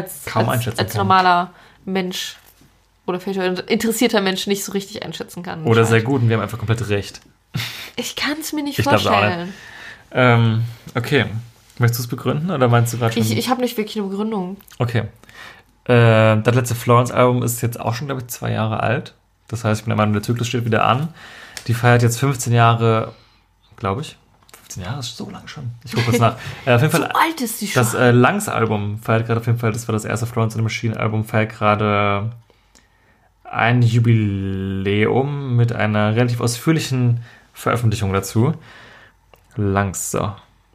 normaler Mensch oder vielleicht interessierter Mensch nicht so richtig einschätzen kann. Oder sehr gut und wir haben einfach komplett recht. Ich kann es mir nicht vorstellen. Okay. Möchtest du es begründen oder meinst du gerade schon? Ich habe nicht wirklich eine Begründung. Okay. Das letzte Florence-Album ist jetzt auch schon, glaube ich, 2 Jahre alt. Das heißt, ich bin der Meinung, der Zyklus steht wieder an. Die feiert jetzt 15 Jahre, glaube ich. 15 Jahre ist so lang schon. Ich gucke kurz nach. Auf jeden Fall, so alt ist die schon. Das Langs-Album feiert gerade auf jeden Fall, das war das erste Florence and the Machine-Album, feiert gerade ein Jubiläum mit einer relativ ausführlichen Veröffentlichung dazu. Langs, so.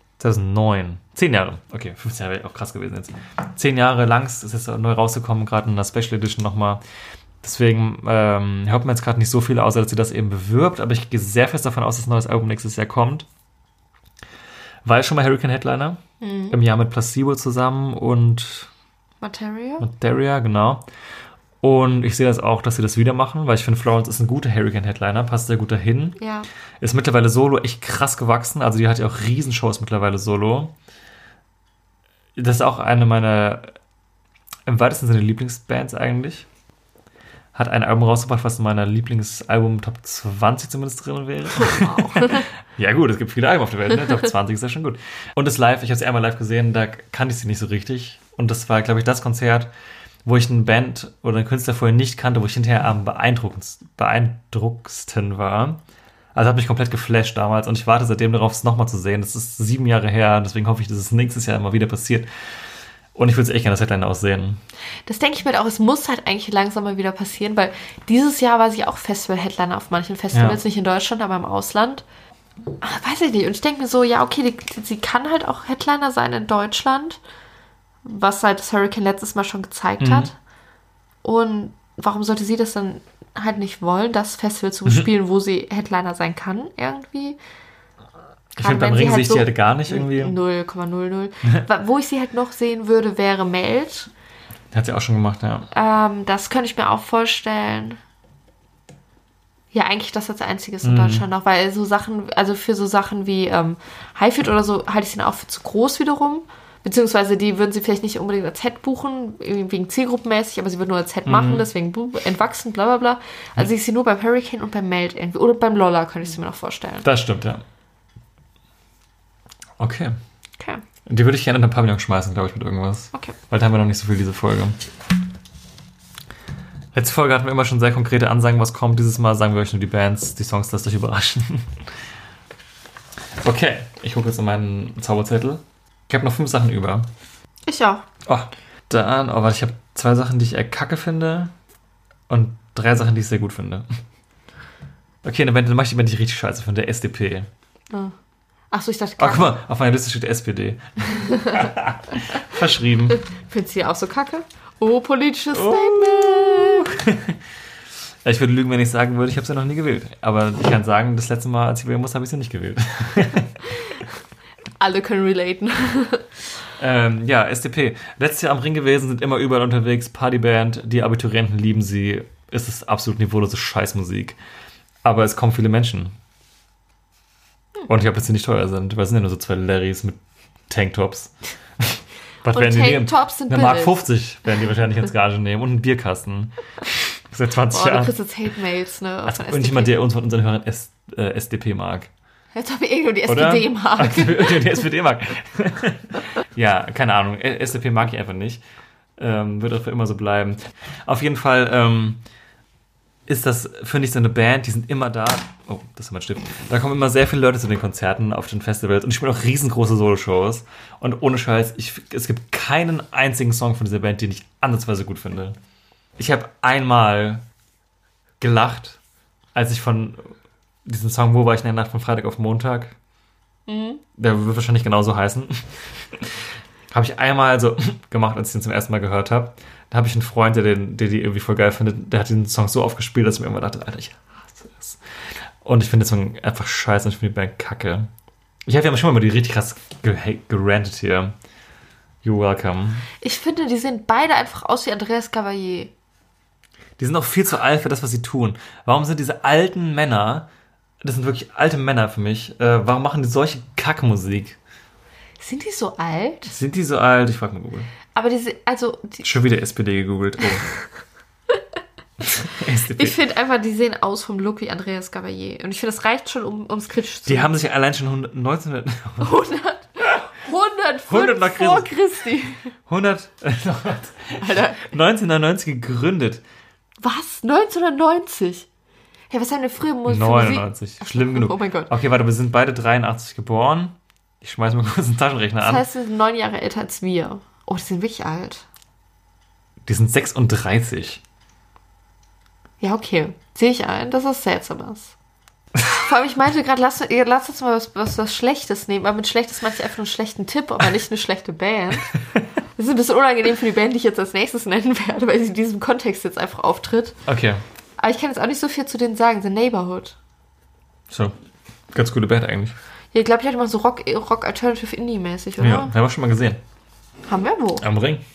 2009. 10 Jahre. Okay, 15 Jahre wäre auch krass gewesen jetzt. 10 Jahre Langs ist jetzt neu rausgekommen, gerade in der Special Edition nochmal. Deswegen hört man jetzt gerade nicht so viel, außer dass sie das eben bewirbt, aber ich gehe sehr fest davon aus, dass ein neues Album nächstes Jahr kommt. War ja schon mal Hurricane Headliner. Im Jahr mit Placebo zusammen und Materia, genau. Und ich sehe das auch, dass sie das wieder machen, weil ich finde, Florence ist ein guter Hurricane Headliner, passt sehr gut dahin. Ja. Ist mittlerweile solo echt krass gewachsen, also die hat ja auch Riesenshows mittlerweile solo. Das ist auch eine meiner im weitesten Sinne Lieblingsbands eigentlich. Hat ein Album rausgebracht, was in meiner Lieblingsalbum Top 20 zumindest drin wäre. Wow. Ja gut, es gibt viele Alben auf der Welt, ne? Top 20 ist ja schon gut. Und das Live, ich habe sie einmal live gesehen, da kannte ich sie nicht so richtig. Und das war, glaube ich, das Konzert, wo ich eine Band oder einen Künstler vorher nicht kannte, wo ich hinterher am beeindruckendsten war. Also hat mich komplett geflasht damals und ich warte seitdem darauf, es nochmal zu sehen. Das ist 7 Jahre her, deswegen hoffe ich, dass es nächstes Jahr immer wieder passiert. Und ich würde es echt gerne das Headliner aussehen. Das denke ich mir auch, es muss halt eigentlich langsam mal wieder passieren, weil dieses Jahr war sie auch Festival-Headliner auf manchen Festivals, nicht in Deutschland, aber im Ausland. Weiß ich nicht. Und ich denke mir so, ja, okay, sie kann halt auch Headliner sein in Deutschland, was halt das Hurricane letztes Mal schon gezeigt hat. Und warum sollte sie das dann halt nicht wollen, das Festival zu bespielen, wo sie Headliner sein kann, irgendwie? Ich finde, beim Ring sehe ich die halt gar nicht irgendwie. 0,00. Wo ich sie halt noch sehen würde, wäre Meld. Hat sie auch schon gemacht, ja. Das könnte ich mir auch vorstellen. Ja, eigentlich das als einziges in Deutschland noch, weil so Sachen, also für so Sachen wie Highfield oder so, halte ich sie dann auch für zu groß wiederum. Beziehungsweise die würden sie vielleicht nicht unbedingt als Head buchen, wegen zielgruppenmäßig, aber sie würden nur als Head machen, deswegen entwachsen, bla bla bla. Also ich sehe nur beim Hurricane und beim Meld irgendwie. Oder beim Lolla könnte ich sie mir noch vorstellen. Das stimmt, ja. Okay. Die würde ich gerne in den Pavillon schmeißen, glaube ich, mit irgendwas. Okay. Weil da haben wir noch nicht so viel diese Folge. Letzte Folge hatten wir immer schon sehr konkrete Ansagen, was kommt. Dieses Mal sagen wir euch nur die Bands, die Songs, lasst euch überraschen. Okay, ich gucke jetzt in meinen Zauberzettel. Ich habe noch 5 Sachen über. Ich auch. Warte, ich habe 2 Sachen, die ich eher kacke finde und 3 Sachen, die ich sehr gut finde. Okay, dann mache ich die Band, die ich richtig scheiße finde, SDP. Achso, ich dachte kacke. Guck mal, auf meiner Liste steht SPD. Verschrieben. Findest du die auch so kacke? Oh, politisches Statement. Ich würde lügen, wenn ich sagen würde, ich habe sie noch nie gewählt. Aber ich kann sagen, das letzte Mal, als ich wählen muss, habe ich sie nicht gewählt. Alle können relaten. SDP. Letztes Jahr am Ring gewesen, sind immer überall unterwegs. Partyband, die Abiturienten lieben sie. Es ist absolut niveaulose Scheißmusik. Aber es kommen viele Menschen. Und ich glaube, dass sie nicht teuer sind, weil es sind ja nur so 2 Larrys mit Tanktops. Was werden die nehmen? Tanktops sind eine Mark 50 werden die wahrscheinlich ins Gage nehmen und einen Bierkasten. Seit 20 Jahren. Du kriegst jetzt Hate-Mails, ne? Und jemand, der uns von unseren Hörern SDP mag. Jetzt habe ich irgendwo die SPD mag. Die SPD mag. Ja, keine Ahnung. SDP mag ich einfach nicht. Wird auch für immer so bleiben. Auf jeden Fall ist das, finde ich, so eine Band, die sind immer da. Oh, das ist mein Stift. Da kommen immer sehr viele Leute zu den Konzerten auf den Festivals und ich spiele auch riesengroße Soloshows. Und ohne Scheiß, es gibt keinen einzigen Song von dieser Band, den ich ansatzweise gut finde. Ich habe einmal gelacht, als ich von diesem Song, wo war ich in der Nacht von Freitag auf Montag? Der wird wahrscheinlich genauso heißen. Habe ich einmal so gemacht, als ich den zum ersten Mal gehört habe. Da habe ich einen Freund, der die irgendwie voll geil findet, der hat den Song so oft gespielt, dass ich mir immer dachte, Alter, ich hasse es. Und ich finde den Song einfach scheiße und ich finde die Band kacke. Ich habe ja schon mal die richtig krass gerantet hier. You're welcome. Ich finde, die sehen beide einfach aus wie Andreas Gabalier. Die sind auch viel zu alt für das, was sie tun. Warum sind diese alten Männer, das sind wirklich alte Männer für mich, warum machen die solche Kackmusik? Sind die so alt? Sind die so alt? Ich frage mal Google. Aber schon wieder SPD gegoogelt. Oh. Ich finde einfach, die sehen aus vom Look wie Andreas Gabalier. Und ich finde, das reicht schon, um es kritisch zu Die haben sich allein schon 100 vor Christi. 1999 gegründet. Was? 1990? Hey, was haben wir früher Musik? 99. Schlimm genug. Oh mein Gott. Okay, warte, wir sind beide 83 geboren. Ich schmeiß mal kurz einen Taschenrechner an. Das heißt, sie sind 9 Jahre älter als wir. Oh, die sind wirklich alt. Die sind 36. Ja, okay. Sehe ich ein, dass das seltsam ist. Vor allem, ich meinte gerade, lass uns mal was Schlechtes nehmen. Aber mit Schlechtes meinte ich einfach einen schlechten Tipp, aber nicht eine schlechte Band. Das ist ein bisschen unangenehm für die Band, die ich jetzt als nächstes nennen werde, weil sie in diesem Kontext jetzt einfach auftritt. Okay. Aber ich kann jetzt auch nicht so viel zu denen sagen. The Neighborhood. So. Ganz coole Band eigentlich. Ja, ich glaube, die hat immer so Rock Alternative Indie mäßig, oder? Ja, haben wir schon mal gesehen. Haben wir wo? Am Ring.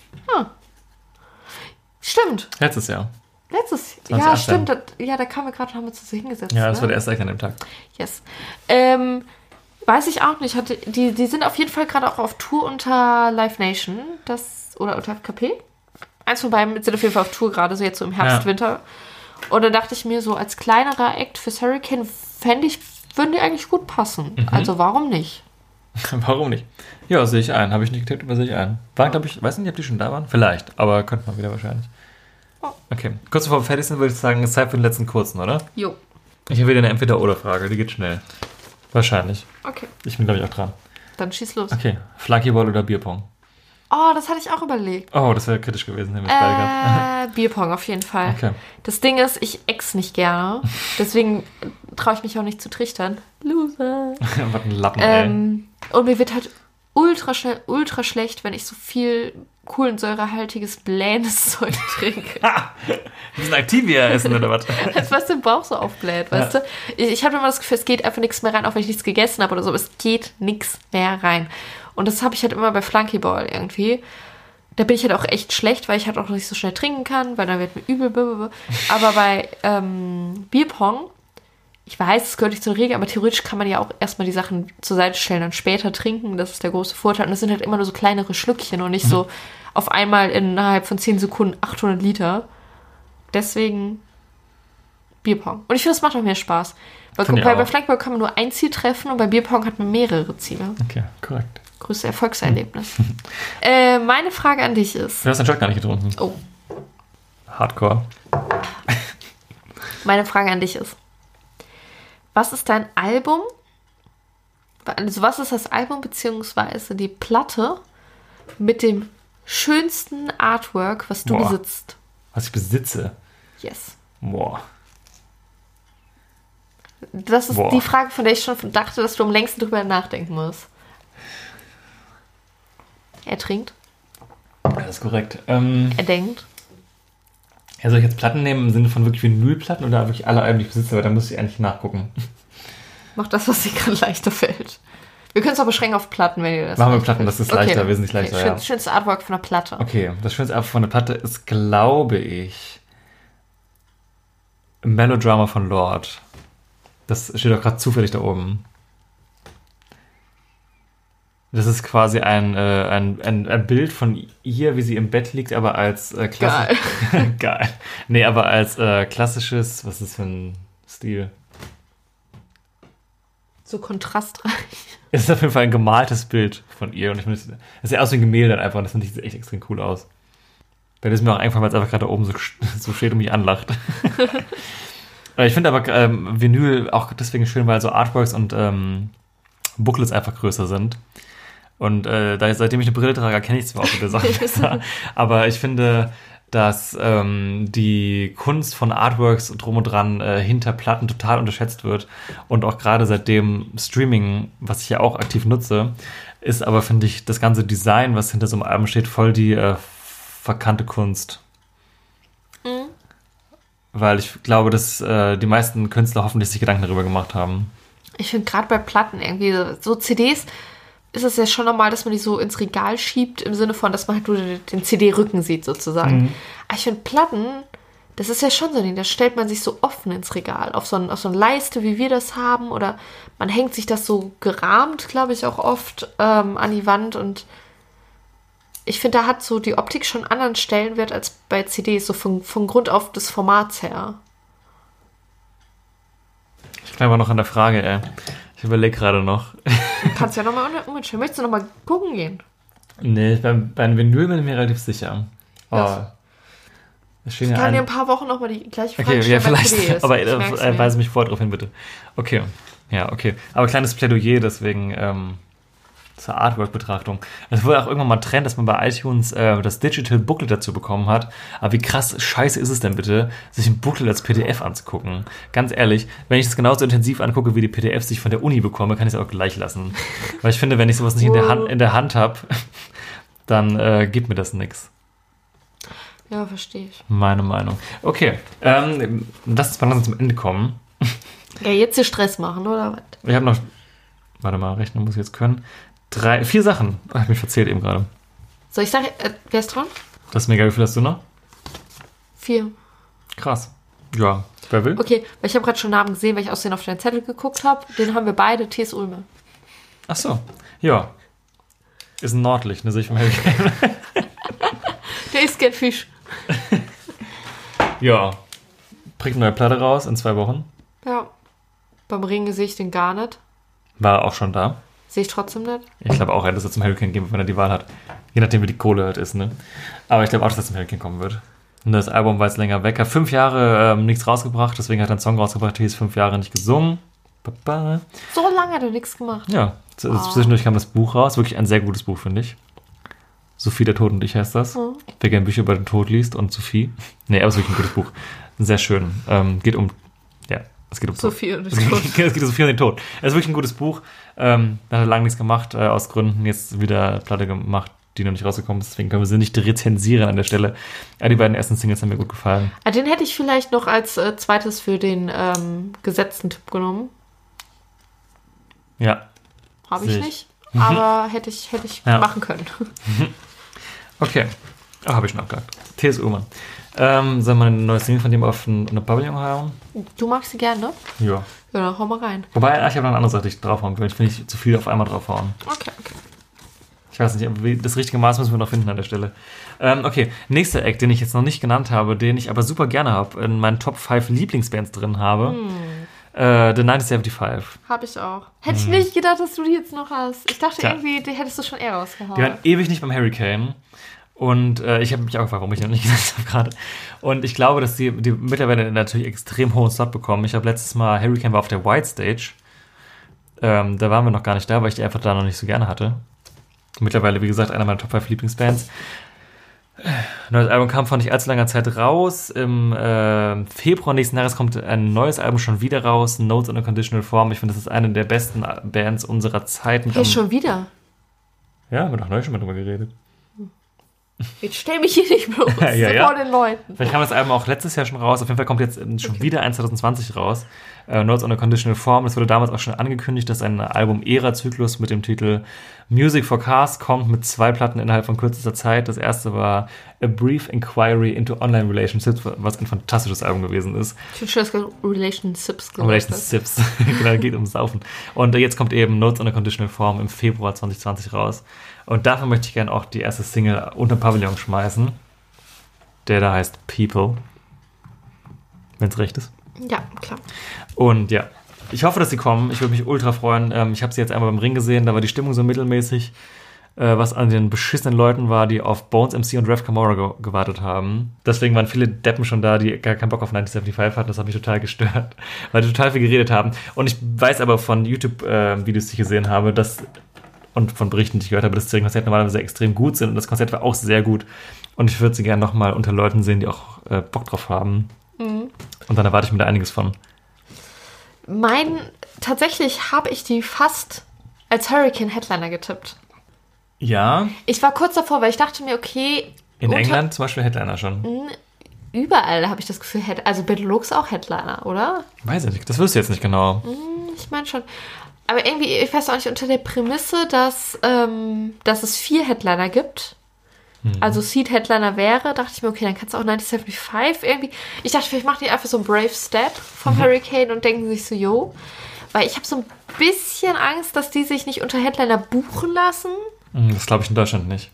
Stimmt. Letztes Jahr. Ja, stimmt. Da kamen wir gerade, haben wir uns hingesetzt. Ja, das war der erste Act an dem Tag. Yes. Weiß ich auch nicht. Die sind auf jeden Fall gerade auch auf Tour unter Live Nation. Oder unter KP. Eins von beiden sind auf jeden Fall auf Tour gerade, so jetzt so im Herbst, Winter. Und dann dachte ich mir so, als kleinerer Act fürs Hurricane würden die eigentlich gut passen. Also warum nicht? Warum nicht? Ja, sehe ich ein. Habe ich nicht getippt, aber sehe ich ein. Glaube ich, weiß nicht, ob die schon da waren. Vielleicht, aber könnte man wieder wahrscheinlich. Okay, kurz bevor wir fertig sind, würde ich sagen, es ist Zeit für den letzten kurzen, oder? Jo. Ich habe wieder eine Entweder-oder-Frage, die geht schnell. Wahrscheinlich. Okay. Ich bin, glaube ich, auch dran. Dann schieß los. Okay, Flunkyball oder Bierpong? Oh, das hatte ich auch überlegt. Oh, das wäre kritisch gewesen. Hätten wir beide gehabt. Bierpong auf jeden Fall. Okay. Das Ding ist, ich ex nicht gerne. Deswegen traue ich mich auch nicht zu trichtern. Loser. Was ein Lappen, ey. Und mir wird halt ultra schlecht, wenn ich so viel kohlensäurehaltiges, blähendes Zeug trinke. Wir sind Activia essen, oder was? Als was den Bauch so aufbläht, weißt du? Ich habe immer das Gefühl, es geht einfach nichts mehr rein, auch wenn ich nichts gegessen habe oder so, aber es geht nichts mehr rein. Und das habe ich halt immer bei Flunkyball irgendwie. Da bin ich halt auch echt schlecht, weil ich halt auch nicht so schnell trinken kann, weil dann wird mir übel. Aber bei Bierpong, ich weiß, es gehört nicht zur Regel, aber theoretisch kann man ja auch erstmal die Sachen zur Seite stellen und später trinken. Das ist der große Vorteil. Und das sind halt immer nur so kleinere Schlückchen und nicht so auf einmal innerhalb von 10 Sekunden 800 Liter. Deswegen Bierpong. Und ich finde, das macht auch mehr Spaß. Weil bei Flunkyball kann man nur ein Ziel treffen und bei Bierpong hat man mehrere Ziele. Okay, korrekt. Größtes Erfolgserlebnis. Meine Frage an dich ist... Du hast den Shot gar nicht getrunken. Oh. Hardcore. Meine Frage an dich ist, was ist dein Album, also was ist das Album beziehungsweise die Platte mit dem schönsten Artwork, was du besitzt? Was ich besitze? Yes. Boah. Das ist die Frage, von der ich schon dachte, dass du am längsten drüber nachdenken musst. Er trinkt. Das ist korrekt. Er denkt. Ja, soll ich jetzt Platten nehmen im Sinne von wirklich Vinylplatten oder wirklich alle Alben, die ich besitze? Aber da muss ich eigentlich nachgucken. Mach das, was dir gerade leichter fällt. Wir können es auch beschränken auf Platten, wenn ihr das machen wir Platten, das ist leichter, wesentlich leichter. Okay. Ja. Schönste Artwork von der Platte. Okay, das schönste Artwork von der Platte ist, glaube ich, Melodrama von Lord. Das steht doch gerade zufällig da oben. Das ist quasi ein Bild von ihr, wie sie im Bett liegt, aber als Geil. Geil. Nee, aber als klassisches, was ist das für ein Stil? So kontrastreich. Es ist auf jeden Fall ein gemaltes Bild von ihr und ich finde, es sieht aus wie ein Gemälde einfach und das finde ich echt extrem cool aus. Weil das ist mir auch eingefallen, weil es einfach gerade da oben so steht und mich anlacht. Ich finde aber Vinyl auch deswegen schön, weil so Artworks und Booklets einfach größer sind. Und seitdem ich eine Brille trage, erkenne ich zwar auch wieder Sachen. Aber ich finde, dass die Kunst von Artworks drum und dran hinter Platten total unterschätzt wird. Und auch gerade seitdem Streaming, was ich ja auch aktiv nutze, ist aber, finde ich, das ganze Design, was hinter so einem Album steht, voll die verkannte Kunst. Mhm. Weil ich glaube, dass die meisten Künstler hoffentlich sich Gedanken darüber gemacht haben. Ich finde gerade bei Platten irgendwie, so CDs ist es ja schon normal, dass man die so ins Regal schiebt, im Sinne von, dass man halt nur den CD-Rücken sieht sozusagen. Mhm. Aber ich finde Platten, das ist ja schon so ein Ding, da stellt man sich so offen ins Regal, auf so eine Leiste, wie wir das haben, oder man hängt sich das so gerahmt, glaube ich, auch oft an die Wand und ich finde, da hat so die Optik schon einen anderen Stellenwert als bei CDs, so von Grund auf des Formats her. Ich bleibe noch an der Frage, ey. Ich überlege gerade noch. Du kannst ja nochmal umstellen. Möchtest du nochmal gucken gehen? Nee, beim Vinyl bin ich mir relativ sicher. Oh. Ja. Ich kann dir ein paar Wochen nochmal die gleiche Frage stellen. Ja, vielleicht. Aber weise mich vorher drauf hin, bitte. Okay. Ja, okay. Aber kleines Plädoyer, deswegen zur Artwork-Betrachtung. Es wurde auch irgendwann mal ein Trend, dass man bei iTunes das Digital Booklet dazu bekommen hat. Aber wie krass scheiße ist es denn bitte, sich ein Booklet als PDF anzugucken? Ganz ehrlich, wenn ich das genauso intensiv angucke, wie die PDFs, die ich von der Uni bekomme, kann ich es auch gleich lassen. Weil ich finde, wenn ich sowas nicht in der Hand habe, dann gibt mir das nichts. Ja, verstehe ich. Meine Meinung. Okay, lass uns mal zum Ende kommen. Ja, jetzt hier Stress machen, oder was? Ich habe noch, warte mal, rechnen muss ich jetzt können. 4 Sachen. Ich habe mich verzählt eben gerade. Soll ich sagen, wer ist dran? Das ist mega. Wie viel hast du noch? 4. Krass. Ja, wer will? Okay, weil ich habe gerade schon Namen gesehen, weil ich aus denen auf deinen Zettel geguckt habe. Den haben wir beide, T.S. Ulme. Ach so, ja. Ist ein Nordlicht, ne? Sehe ich vom Hurricane. Der isst gern Fisch. Ja. Bringt eine neue Platte raus in 2 Wochen. Ja. Beim Ringen sehe ich den gar nicht. War er auch schon da? Sehe ich trotzdem nicht. Ich glaube auch, er hätte es zum Hurricane gehen, wenn er die Wahl hat. Je nachdem, wie die Kohle halt ist, ne? Aber ich glaube auch, dass er zum Hurricane kommen wird. Und das Album war jetzt länger weg. Er hat 5 Jahre nichts rausgebracht, deswegen hat er einen Song rausgebracht, der hieß 5 Jahre nicht gesungen. Baba. So lange hat er nichts gemacht. Ja, zwischendurch kam das Buch raus. Wirklich ein sehr gutes Buch, finde ich. Sophie, der Tod und ich heißt das. Mhm. Wer gerne Bücher über den Tod liest und Sophie. Nee, aber es ist wirklich ein gutes Buch. Sehr schön. Geht um, ja, es geht um Sophie und den Tod. Es geht um Sophie und den Tod. Es ist wirklich ein gutes Buch. Da hat er lange nichts gemacht, aus Gründen. Jetzt wieder eine Platte gemacht, die noch nicht rausgekommen ist. Deswegen können wir sie nicht rezensieren an der Stelle. Aber die beiden ersten Singles haben mir gut gefallen. Den hätte ich vielleicht noch als zweites für den gesetzten Tipp genommen. Ja. Habe ich nicht. Aber hätte ich machen können. Okay. Habe ich schon abgehakt. T.S. Ullmann. Sollen wir ein neues Single von dem auf eine Pavillon hauen? Du magst sie gerne, ne? Ja. Ja, dann hau mal rein. Wobei, ich habe noch eine andere Sache, die ich draufhauen will. Ich will nicht zu viel auf einmal draufhauen. Okay. Ich weiß nicht, aber das richtige Maß müssen wir noch finden an der Stelle. Okay, nächster Act, den ich jetzt noch nicht genannt habe, den ich aber super gerne habe, in meinen Top 5 Lieblingsbands drin habe. The 1975. Habe ich auch. Hätte ich nicht gedacht, dass du die jetzt noch hast. Ich dachte irgendwie, die hättest du schon eher rausgehauen. Die waren ewig nicht beim Hurricane. Und ich habe mich auch gefragt, warum ich noch nicht gesagt habe gerade. Und ich glaube, dass die mittlerweile natürlich extrem hohen Slot bekommen. Ich habe letztes Mal, Hurricane war auf der White Stage. Da waren wir noch gar nicht da, weil ich die einfach da noch nicht so gerne hatte. Mittlerweile, wie gesagt, einer meiner Top 5 Lieblingsbands. Neues Album kam vor nicht allzu langer Zeit raus. Im Februar nächsten Jahres kommt ein neues Album schon wieder raus. Notes in a Conditional Form. Ich finde, das ist eine der besten Bands unserer Zeit. Hey, schon wieder? Ja, haben wir doch neulich schon mal drüber geredet. Jetzt stell mich hier nicht bloß vor den Leuten. Vielleicht kam das Album auch letztes Jahr schon raus. Auf jeden Fall kommt jetzt schon wieder ein 2020 raus. Notes on a Conditional Form. Es wurde damals auch schon angekündigt, dass ein Album-Ära-Zyklus mit dem Titel Music for Cars kommt, mit 2 Platten innerhalb von kürzester Zeit. Das erste war A Brief Inquiry into Online Relationships, was ein fantastisches Album gewesen ist. Ich finde schon, dass Relationships Relationships, genau, geht ums Saufen. Und jetzt kommt eben Notes on a Conditional Form im Februar 2020 raus. Und dafür möchte ich gerne auch die erste Single unter Pavillon schmeißen. Der da heißt People. Wenn es recht ist. Ja, klar. Und ja, ich hoffe, dass sie kommen. Ich würde mich ultra freuen. Ich habe sie jetzt einmal beim Ring gesehen. Da war die Stimmung so mittelmäßig. Was an den beschissenen Leuten war, die auf Bones MC und Rev Camora gewartet haben. Deswegen waren viele Deppen schon da, die gar keinen Bock auf 1975 hatten. Das hat mich total gestört, weil die total viel geredet haben. Und ich weiß aber von YouTube-Videos, die ich gesehen habe, und von Berichten, die ich gehört habe, dass die Konzerte normalerweise extrem gut sind. Und das Konzert war auch sehr gut. Und ich würde sie gerne nochmal unter Leuten sehen, die auch Bock drauf haben. Mhm. Und dann erwarte ich mir da einiges von. Tatsächlich habe ich die fast als Hurricane-Headliner getippt. Ja. Ich war kurz davor, weil ich dachte mir, okay... In England zum Beispiel Headliner schon. Überall habe ich das Gefühl, also Bedeluxe auch Headliner, oder? Weiß ich nicht, das wirst du jetzt nicht genau. Ich meine schon. Aber irgendwie, ich weiß auch nicht, unter der Prämisse, dass es 4 Headliner gibt, also Seed-Headliner wäre, dachte ich mir, okay, dann kannst du auch 1975 irgendwie... Ich dachte, vielleicht macht die einfach so einen Brave Step vom Hurricane und denken sich so, yo. Weil ich habe so ein bisschen Angst, dass die sich nicht unter Headliner buchen lassen. Das glaube ich in Deutschland nicht.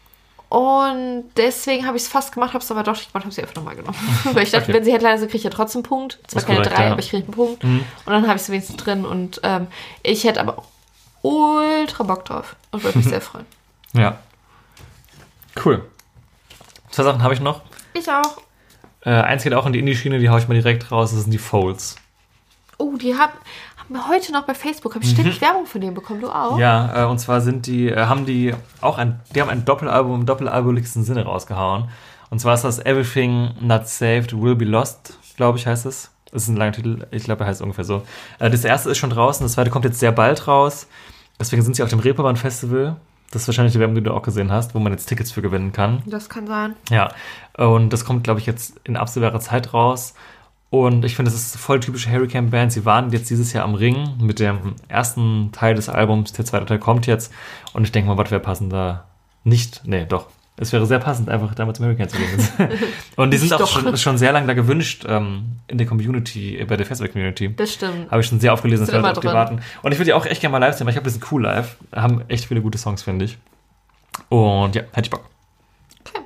Und deswegen habe ich es fast gemacht, habe es aber doch nicht gemacht, habe sie einfach nochmal genommen. Weil ich dachte, wenn sie Headliner sind, kriege ich ja trotzdem einen Punkt. Zwar keine 3, aber ich kriege einen Punkt. Und dann habe ich es wenigstens drin. Und ich hätte aber auch ultra Bock drauf. Und würde mich sehr freuen. Ja. Cool. 2 Sachen habe ich noch. Ich auch. Eins geht auch in die Indie-Schiene, die haue ich mal direkt raus. Das sind die Folds. Oh, die haben wir heute noch bei Facebook. Habe ich ständig Werbung von denen bekommen. Du auch? Ja, und zwar haben die haben ein Doppelalbum im doppelalbumigsten Sinne rausgehauen. Und zwar ist das Everything Not Saved Will Be Lost, glaube ich, heißt es. Das ist ein langer Titel. Ich glaube, er heißt ungefähr so. Das erste ist schon draußen. Das zweite kommt jetzt sehr bald raus. Deswegen sind sie auf dem Reeperbahn Festival. Das ist wahrscheinlich die Werbung, die du auch gesehen hast, wo man jetzt Tickets für gewinnen kann. Das kann sein. Ja, und das kommt, glaube ich, jetzt in absehbarer Zeit raus. Und ich finde, das ist voll typische Hurricane-Band. Sie waren jetzt dieses Jahr am Ring mit dem ersten Teil des Albums. Der zweite Teil kommt jetzt. Und ich denke mal, was wäre passender? Nicht? Nee, doch. Es wäre sehr passend, einfach damals zum Hurricane zu gehen. Und die sind auch schon sehr lange da gewünscht in der Community, bei der Festival-Community. Das stimmt. Habe ich schon sehr aufgelesen, dass wir auf die warten. Und ich würde die auch echt gerne mal live sehen, weil ich habe diesen cool live. Haben echt viele gute Songs, finde ich. Und ja, hätte ich Bock. Okay.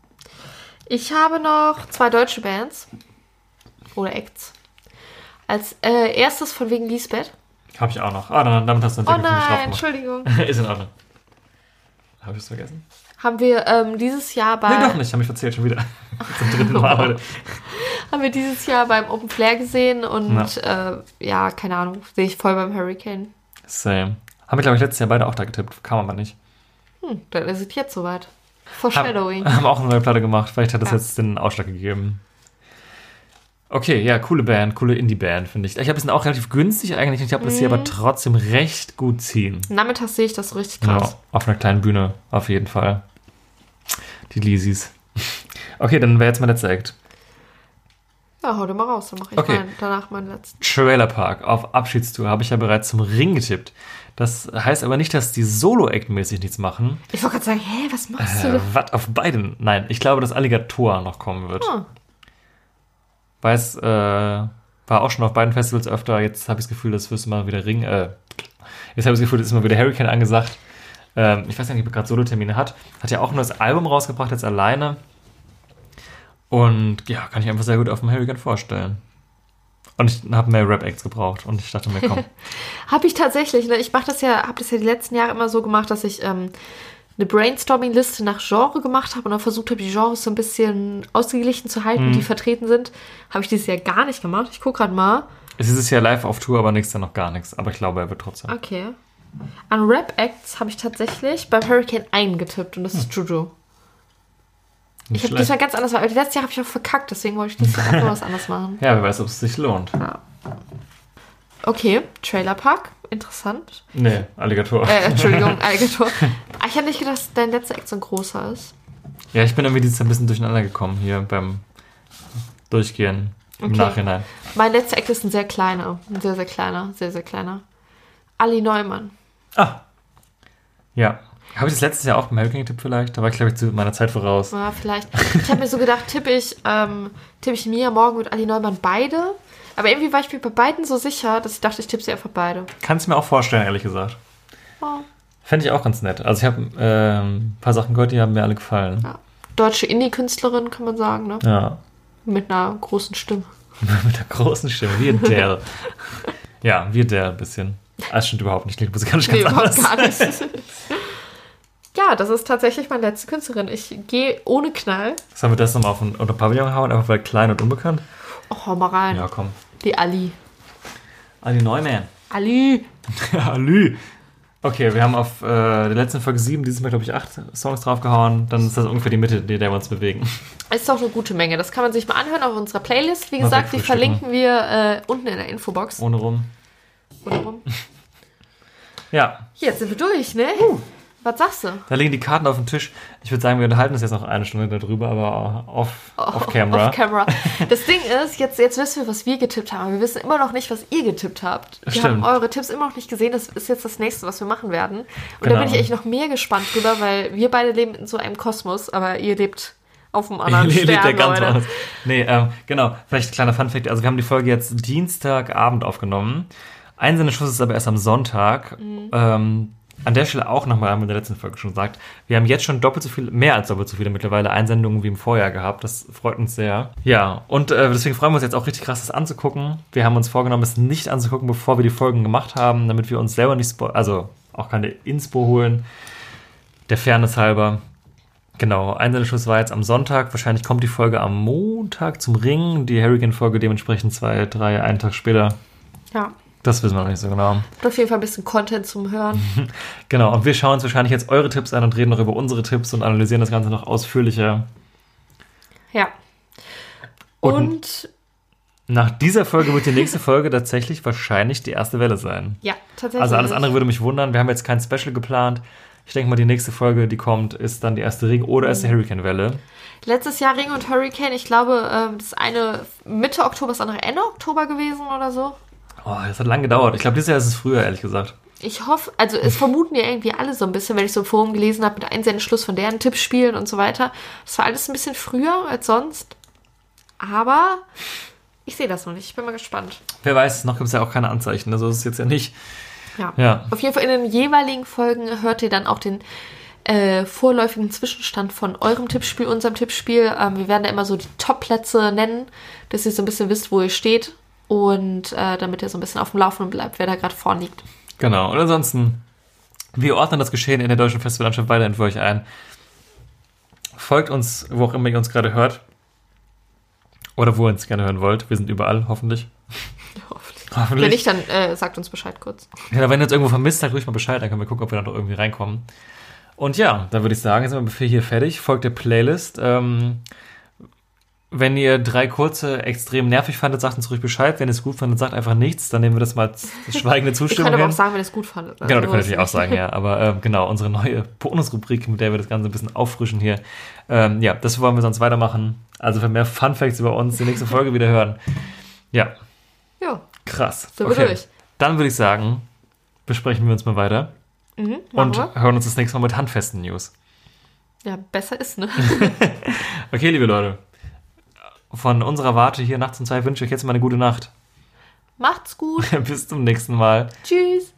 Ich habe noch 2 deutsche Bands. Oder Acts. Als erstes von wegen Lisbeth. Habe ich auch noch. Damit hast du natürlich nicht drauf gemacht. Entschuldigung. Ist in Ordnung. Habe ich es vergessen? Haben wir dieses Jahr bei... Nee, doch nicht. Habe ich verzählt schon wieder. Zum 3. Mal heute. Haben wir dieses Jahr beim Open Flair gesehen und ja, keine Ahnung, sehe ich voll beim Hurricane. Same. Haben wir, glaube ich, letztes Jahr beide auch da getippt. Kam aber nicht. Dann ist es jetzt soweit. Foreshadowing. Haben auch eine neue Platte gemacht. Vielleicht hat das jetzt den Ausschlag gegeben. Okay, ja, coole Band, coole Indie-Band, finde ich. Ich habe es auch relativ günstig eigentlich. Ich glaube, dass sie aber trotzdem recht gut ziehen. Nachmittags sehe ich das so richtig krass. Ja, auf einer kleinen Bühne, auf jeden Fall. Die Leasies. Okay, dann wäre jetzt mein letzter Act. Ja, hau dir mal raus, dann mache ich danach meinen letzten. Trailer Park auf Abschiedstour habe ich ja bereits zum Ring getippt. Das heißt aber nicht, dass die Solo-Act-mäßig nichts machen. Ich wollte gerade sagen, was machst du? Was auf beiden? Nein, ich glaube, dass Alligator noch kommen wird. Weiß, war auch schon auf beiden Festivals öfter. Jetzt habe ich das Gefühl, das wirst du mal wieder Ring. Jetzt habe ich das Gefühl, das ist mal wieder Hurricane angesagt. Ich weiß nicht, ob er gerade Solo-Termine hat. Hat ja auch nur das Album rausgebracht, jetzt alleine. Und ja, kann ich einfach sehr gut auf dem Hurricane vorstellen. Und ich habe mehr Rap-Acts gebraucht. Und ich dachte mir, komm. Habe ich tatsächlich. Ne? Ich habe das ja die letzten Jahre immer so gemacht, dass ich eine Brainstorming-Liste nach Genre gemacht habe und auch versucht habe, die Genres so ein bisschen ausgeglichen zu halten, die vertreten sind, habe ich dieses Jahr gar nicht gemacht. Ich gucke gerade mal. Es ist dieses Jahr live auf Tour, aber nächstes Jahr noch gar nichts. Aber ich glaube, er wird trotzdem. Okay. An Rap-Acts habe ich tatsächlich beim Hurricane eingetippt und das ist Juju. Ich habe diesmal ganz anders, weil letztes Jahr habe ich auch verkackt, deswegen wollte ich dieses Jahr einfach was anderes machen. Ja, wer weiß, ob es sich lohnt. Ja. Okay, Trailerpark, interessant. Nee, Alligator. Entschuldigung, Alligator. Ich hätte nicht gedacht, dass dein letzter Act so ein großer ist. Ja, ich bin irgendwie dieses Jahr ein bisschen durcheinander gekommen hier beim Durchgehen im Nachhinein. Mein letzter Act ist ein sehr kleiner, sehr, sehr kleiner. Ali Neumann. Ah, ja. Habe ich das letztes Jahr auch beim Hurricane-Tipp vielleicht? Da war ich, glaube ich, zu meiner Zeit voraus. Ja, vielleicht. Ich habe mir so gedacht, tippe ich Mia morgen mit Ali Neumann beide. Aber irgendwie war ich mir bei beiden so sicher, dass ich dachte, ich tippe sie einfach beide. Kannst du mir auch vorstellen, ehrlich gesagt. Oh. Fände ich auch ganz nett. Also ich habe ein paar Sachen gehört, die haben mir alle gefallen. Ja. Deutsche Indie-Künstlerin, kann man sagen, ne? Ja. Mit einer großen Stimme. Mit einer großen Stimme, wie Adele. Ja, wie Adele ein bisschen. Das stimmt überhaupt nicht, klingt musikalisch ganz anders. Überhaupt gar nicht. Ja, das ist tatsächlich meine letzte Künstlerin. Ich gehe ohne Knall. Sollen wir das nochmal unter Pavillon hauen, einfach weil klein und unbekannt? Oh, hau mal rein. Ja, komm. Die Ali. Ali Neumann. Ali. Ali. Okay, wir haben auf der letzten Folge 7, dieses Mal, glaube ich, 8 Songs draufgehauen. Dann ist das ungefähr die Mitte, in der wir uns bewegen. Ist doch eine gute Menge. Das kann man sich mal anhören auf unserer Playlist. Wie gesagt, die verlinken wir unten in der Infobox. Ohne rum. Ja. Jetzt sind wir durch, ne? Was sagst du? Da liegen die Karten auf dem Tisch. Ich würde sagen, wir unterhalten uns jetzt noch eine Stunde darüber, aber off camera. Off camera. Das Ding ist, jetzt wissen wir, was wir getippt haben. Wir wissen immer noch nicht, was ihr getippt habt. Wir haben eure Tipps immer noch nicht gesehen. Das ist jetzt das Nächste, was wir machen werden. Und da bin ich echt noch mehr gespannt drüber, weil wir beide leben in so einem Kosmos, aber ihr lebt auf einem anderen Stern, lebt ja ganz anders. Nee, genau. Vielleicht ein kleiner Funfact. Also wir haben die Folge jetzt Dienstagabend aufgenommen. Einsendeschluss ist aber erst am Sonntag. An der Stelle auch nochmal, haben wir in der letzten Folge schon gesagt, wir haben jetzt schon mehr als doppelt so viele mittlerweile Einsendungen wie im Vorjahr gehabt. Das freut uns sehr. Ja, und deswegen freuen wir uns jetzt auch richtig krass, das anzugucken. Wir haben uns vorgenommen, es nicht anzugucken, bevor wir die Folgen gemacht haben, damit wir uns selber nicht also auch keine Inspo holen. Der Fairness halber. Genau, Einsendeschluss war jetzt am Sonntag. Wahrscheinlich kommt die Folge am Montag zum Ring. Die Hurricane-Folge dementsprechend einen Tag später. Ja. Das wissen wir noch nicht so genau. Und auf jeden Fall ein bisschen Content zum Hören. Genau, und wir schauen uns wahrscheinlich jetzt eure Tipps an und reden noch über unsere Tipps und analysieren das Ganze noch ausführlicher. Ja. Und nach dieser Folge wird die nächste Folge tatsächlich wahrscheinlich die erste Welle sein. Ja, tatsächlich. Also alles andere würde mich wundern. Wir haben jetzt kein Special geplant. Ich denke mal, die nächste Folge, die kommt, ist dann die erste Ring- oder erste Hurricane-Welle. Letztes Jahr Ring und Hurricane, ich glaube, das eine Mitte Oktober, das andere Ende Oktober gewesen oder so. Oh, das hat lange gedauert. Ich glaube, dieses Jahr ist es früher, ehrlich gesagt. Ich hoffe, also es vermuten ja irgendwie alle so ein bisschen, wenn ich so im Forum gelesen habe, mit Einsendeschluss von deren Tippspielen und so weiter. Das war alles ein bisschen früher als sonst. Aber ich sehe das noch nicht. Ich bin mal gespannt. Wer weiß, noch gibt es ja auch keine Anzeichen. Also ist es jetzt ja nicht. Ja. Auf jeden Fall in den jeweiligen Folgen hört ihr dann auch den vorläufigen Zwischenstand von eurem Tippspiel, unserem Tippspiel. Wir werden da immer so die Top-Plätze nennen, dass ihr so ein bisschen wisst, wo ihr steht. Und damit ihr so ein bisschen auf dem Laufenden bleibt, wer da gerade vorn liegt. Genau. Und ansonsten, wir ordnen das Geschehen in der deutschen Festivallandschaft weiterhin für euch ein. Folgt uns, wo auch immer ihr uns gerade hört. Oder wo ihr uns gerne hören wollt. Wir sind überall, hoffentlich. Hoffentlich. Wenn nicht, dann sagt uns Bescheid kurz. Ja, wenn ihr uns irgendwo vermisst, sagt ruhig mal Bescheid. Dann können wir gucken, ob wir da noch irgendwie reinkommen. Und ja, dann würde ich sagen, jetzt sind wir hier fertig. Folgt der Playlist. Wenn ihr 3 kurze extrem nervig fandet, sagt uns ruhig Bescheid. Wenn ihr es gut fandet, sagt einfach nichts. Dann nehmen wir das mal als schweigende Zustimmung hin. Ihr könnt aber auch sagen, wenn ihr es gut fandet. Genau, das könnt ihr natürlich auch sagen, ja. Aber genau, unsere neue Bonusrubrik, mit der wir das Ganze ein bisschen auffrischen hier. Ja, das wollen wir sonst weitermachen. Also für mehr Funfacts über uns die nächste Folge wieder hören. Ja. Ja. Krass. Sind wir durch. Dann würde ich sagen, besprechen wir uns mal weiter. Und hören uns das nächste Mal mit handfesten News. Ja, besser ist, ne? Okay, liebe Leute. Von unserer Warte hier nachts um 2 wünsche ich euch jetzt mal eine gute Nacht. Macht's gut. Bis zum nächsten Mal. Tschüss.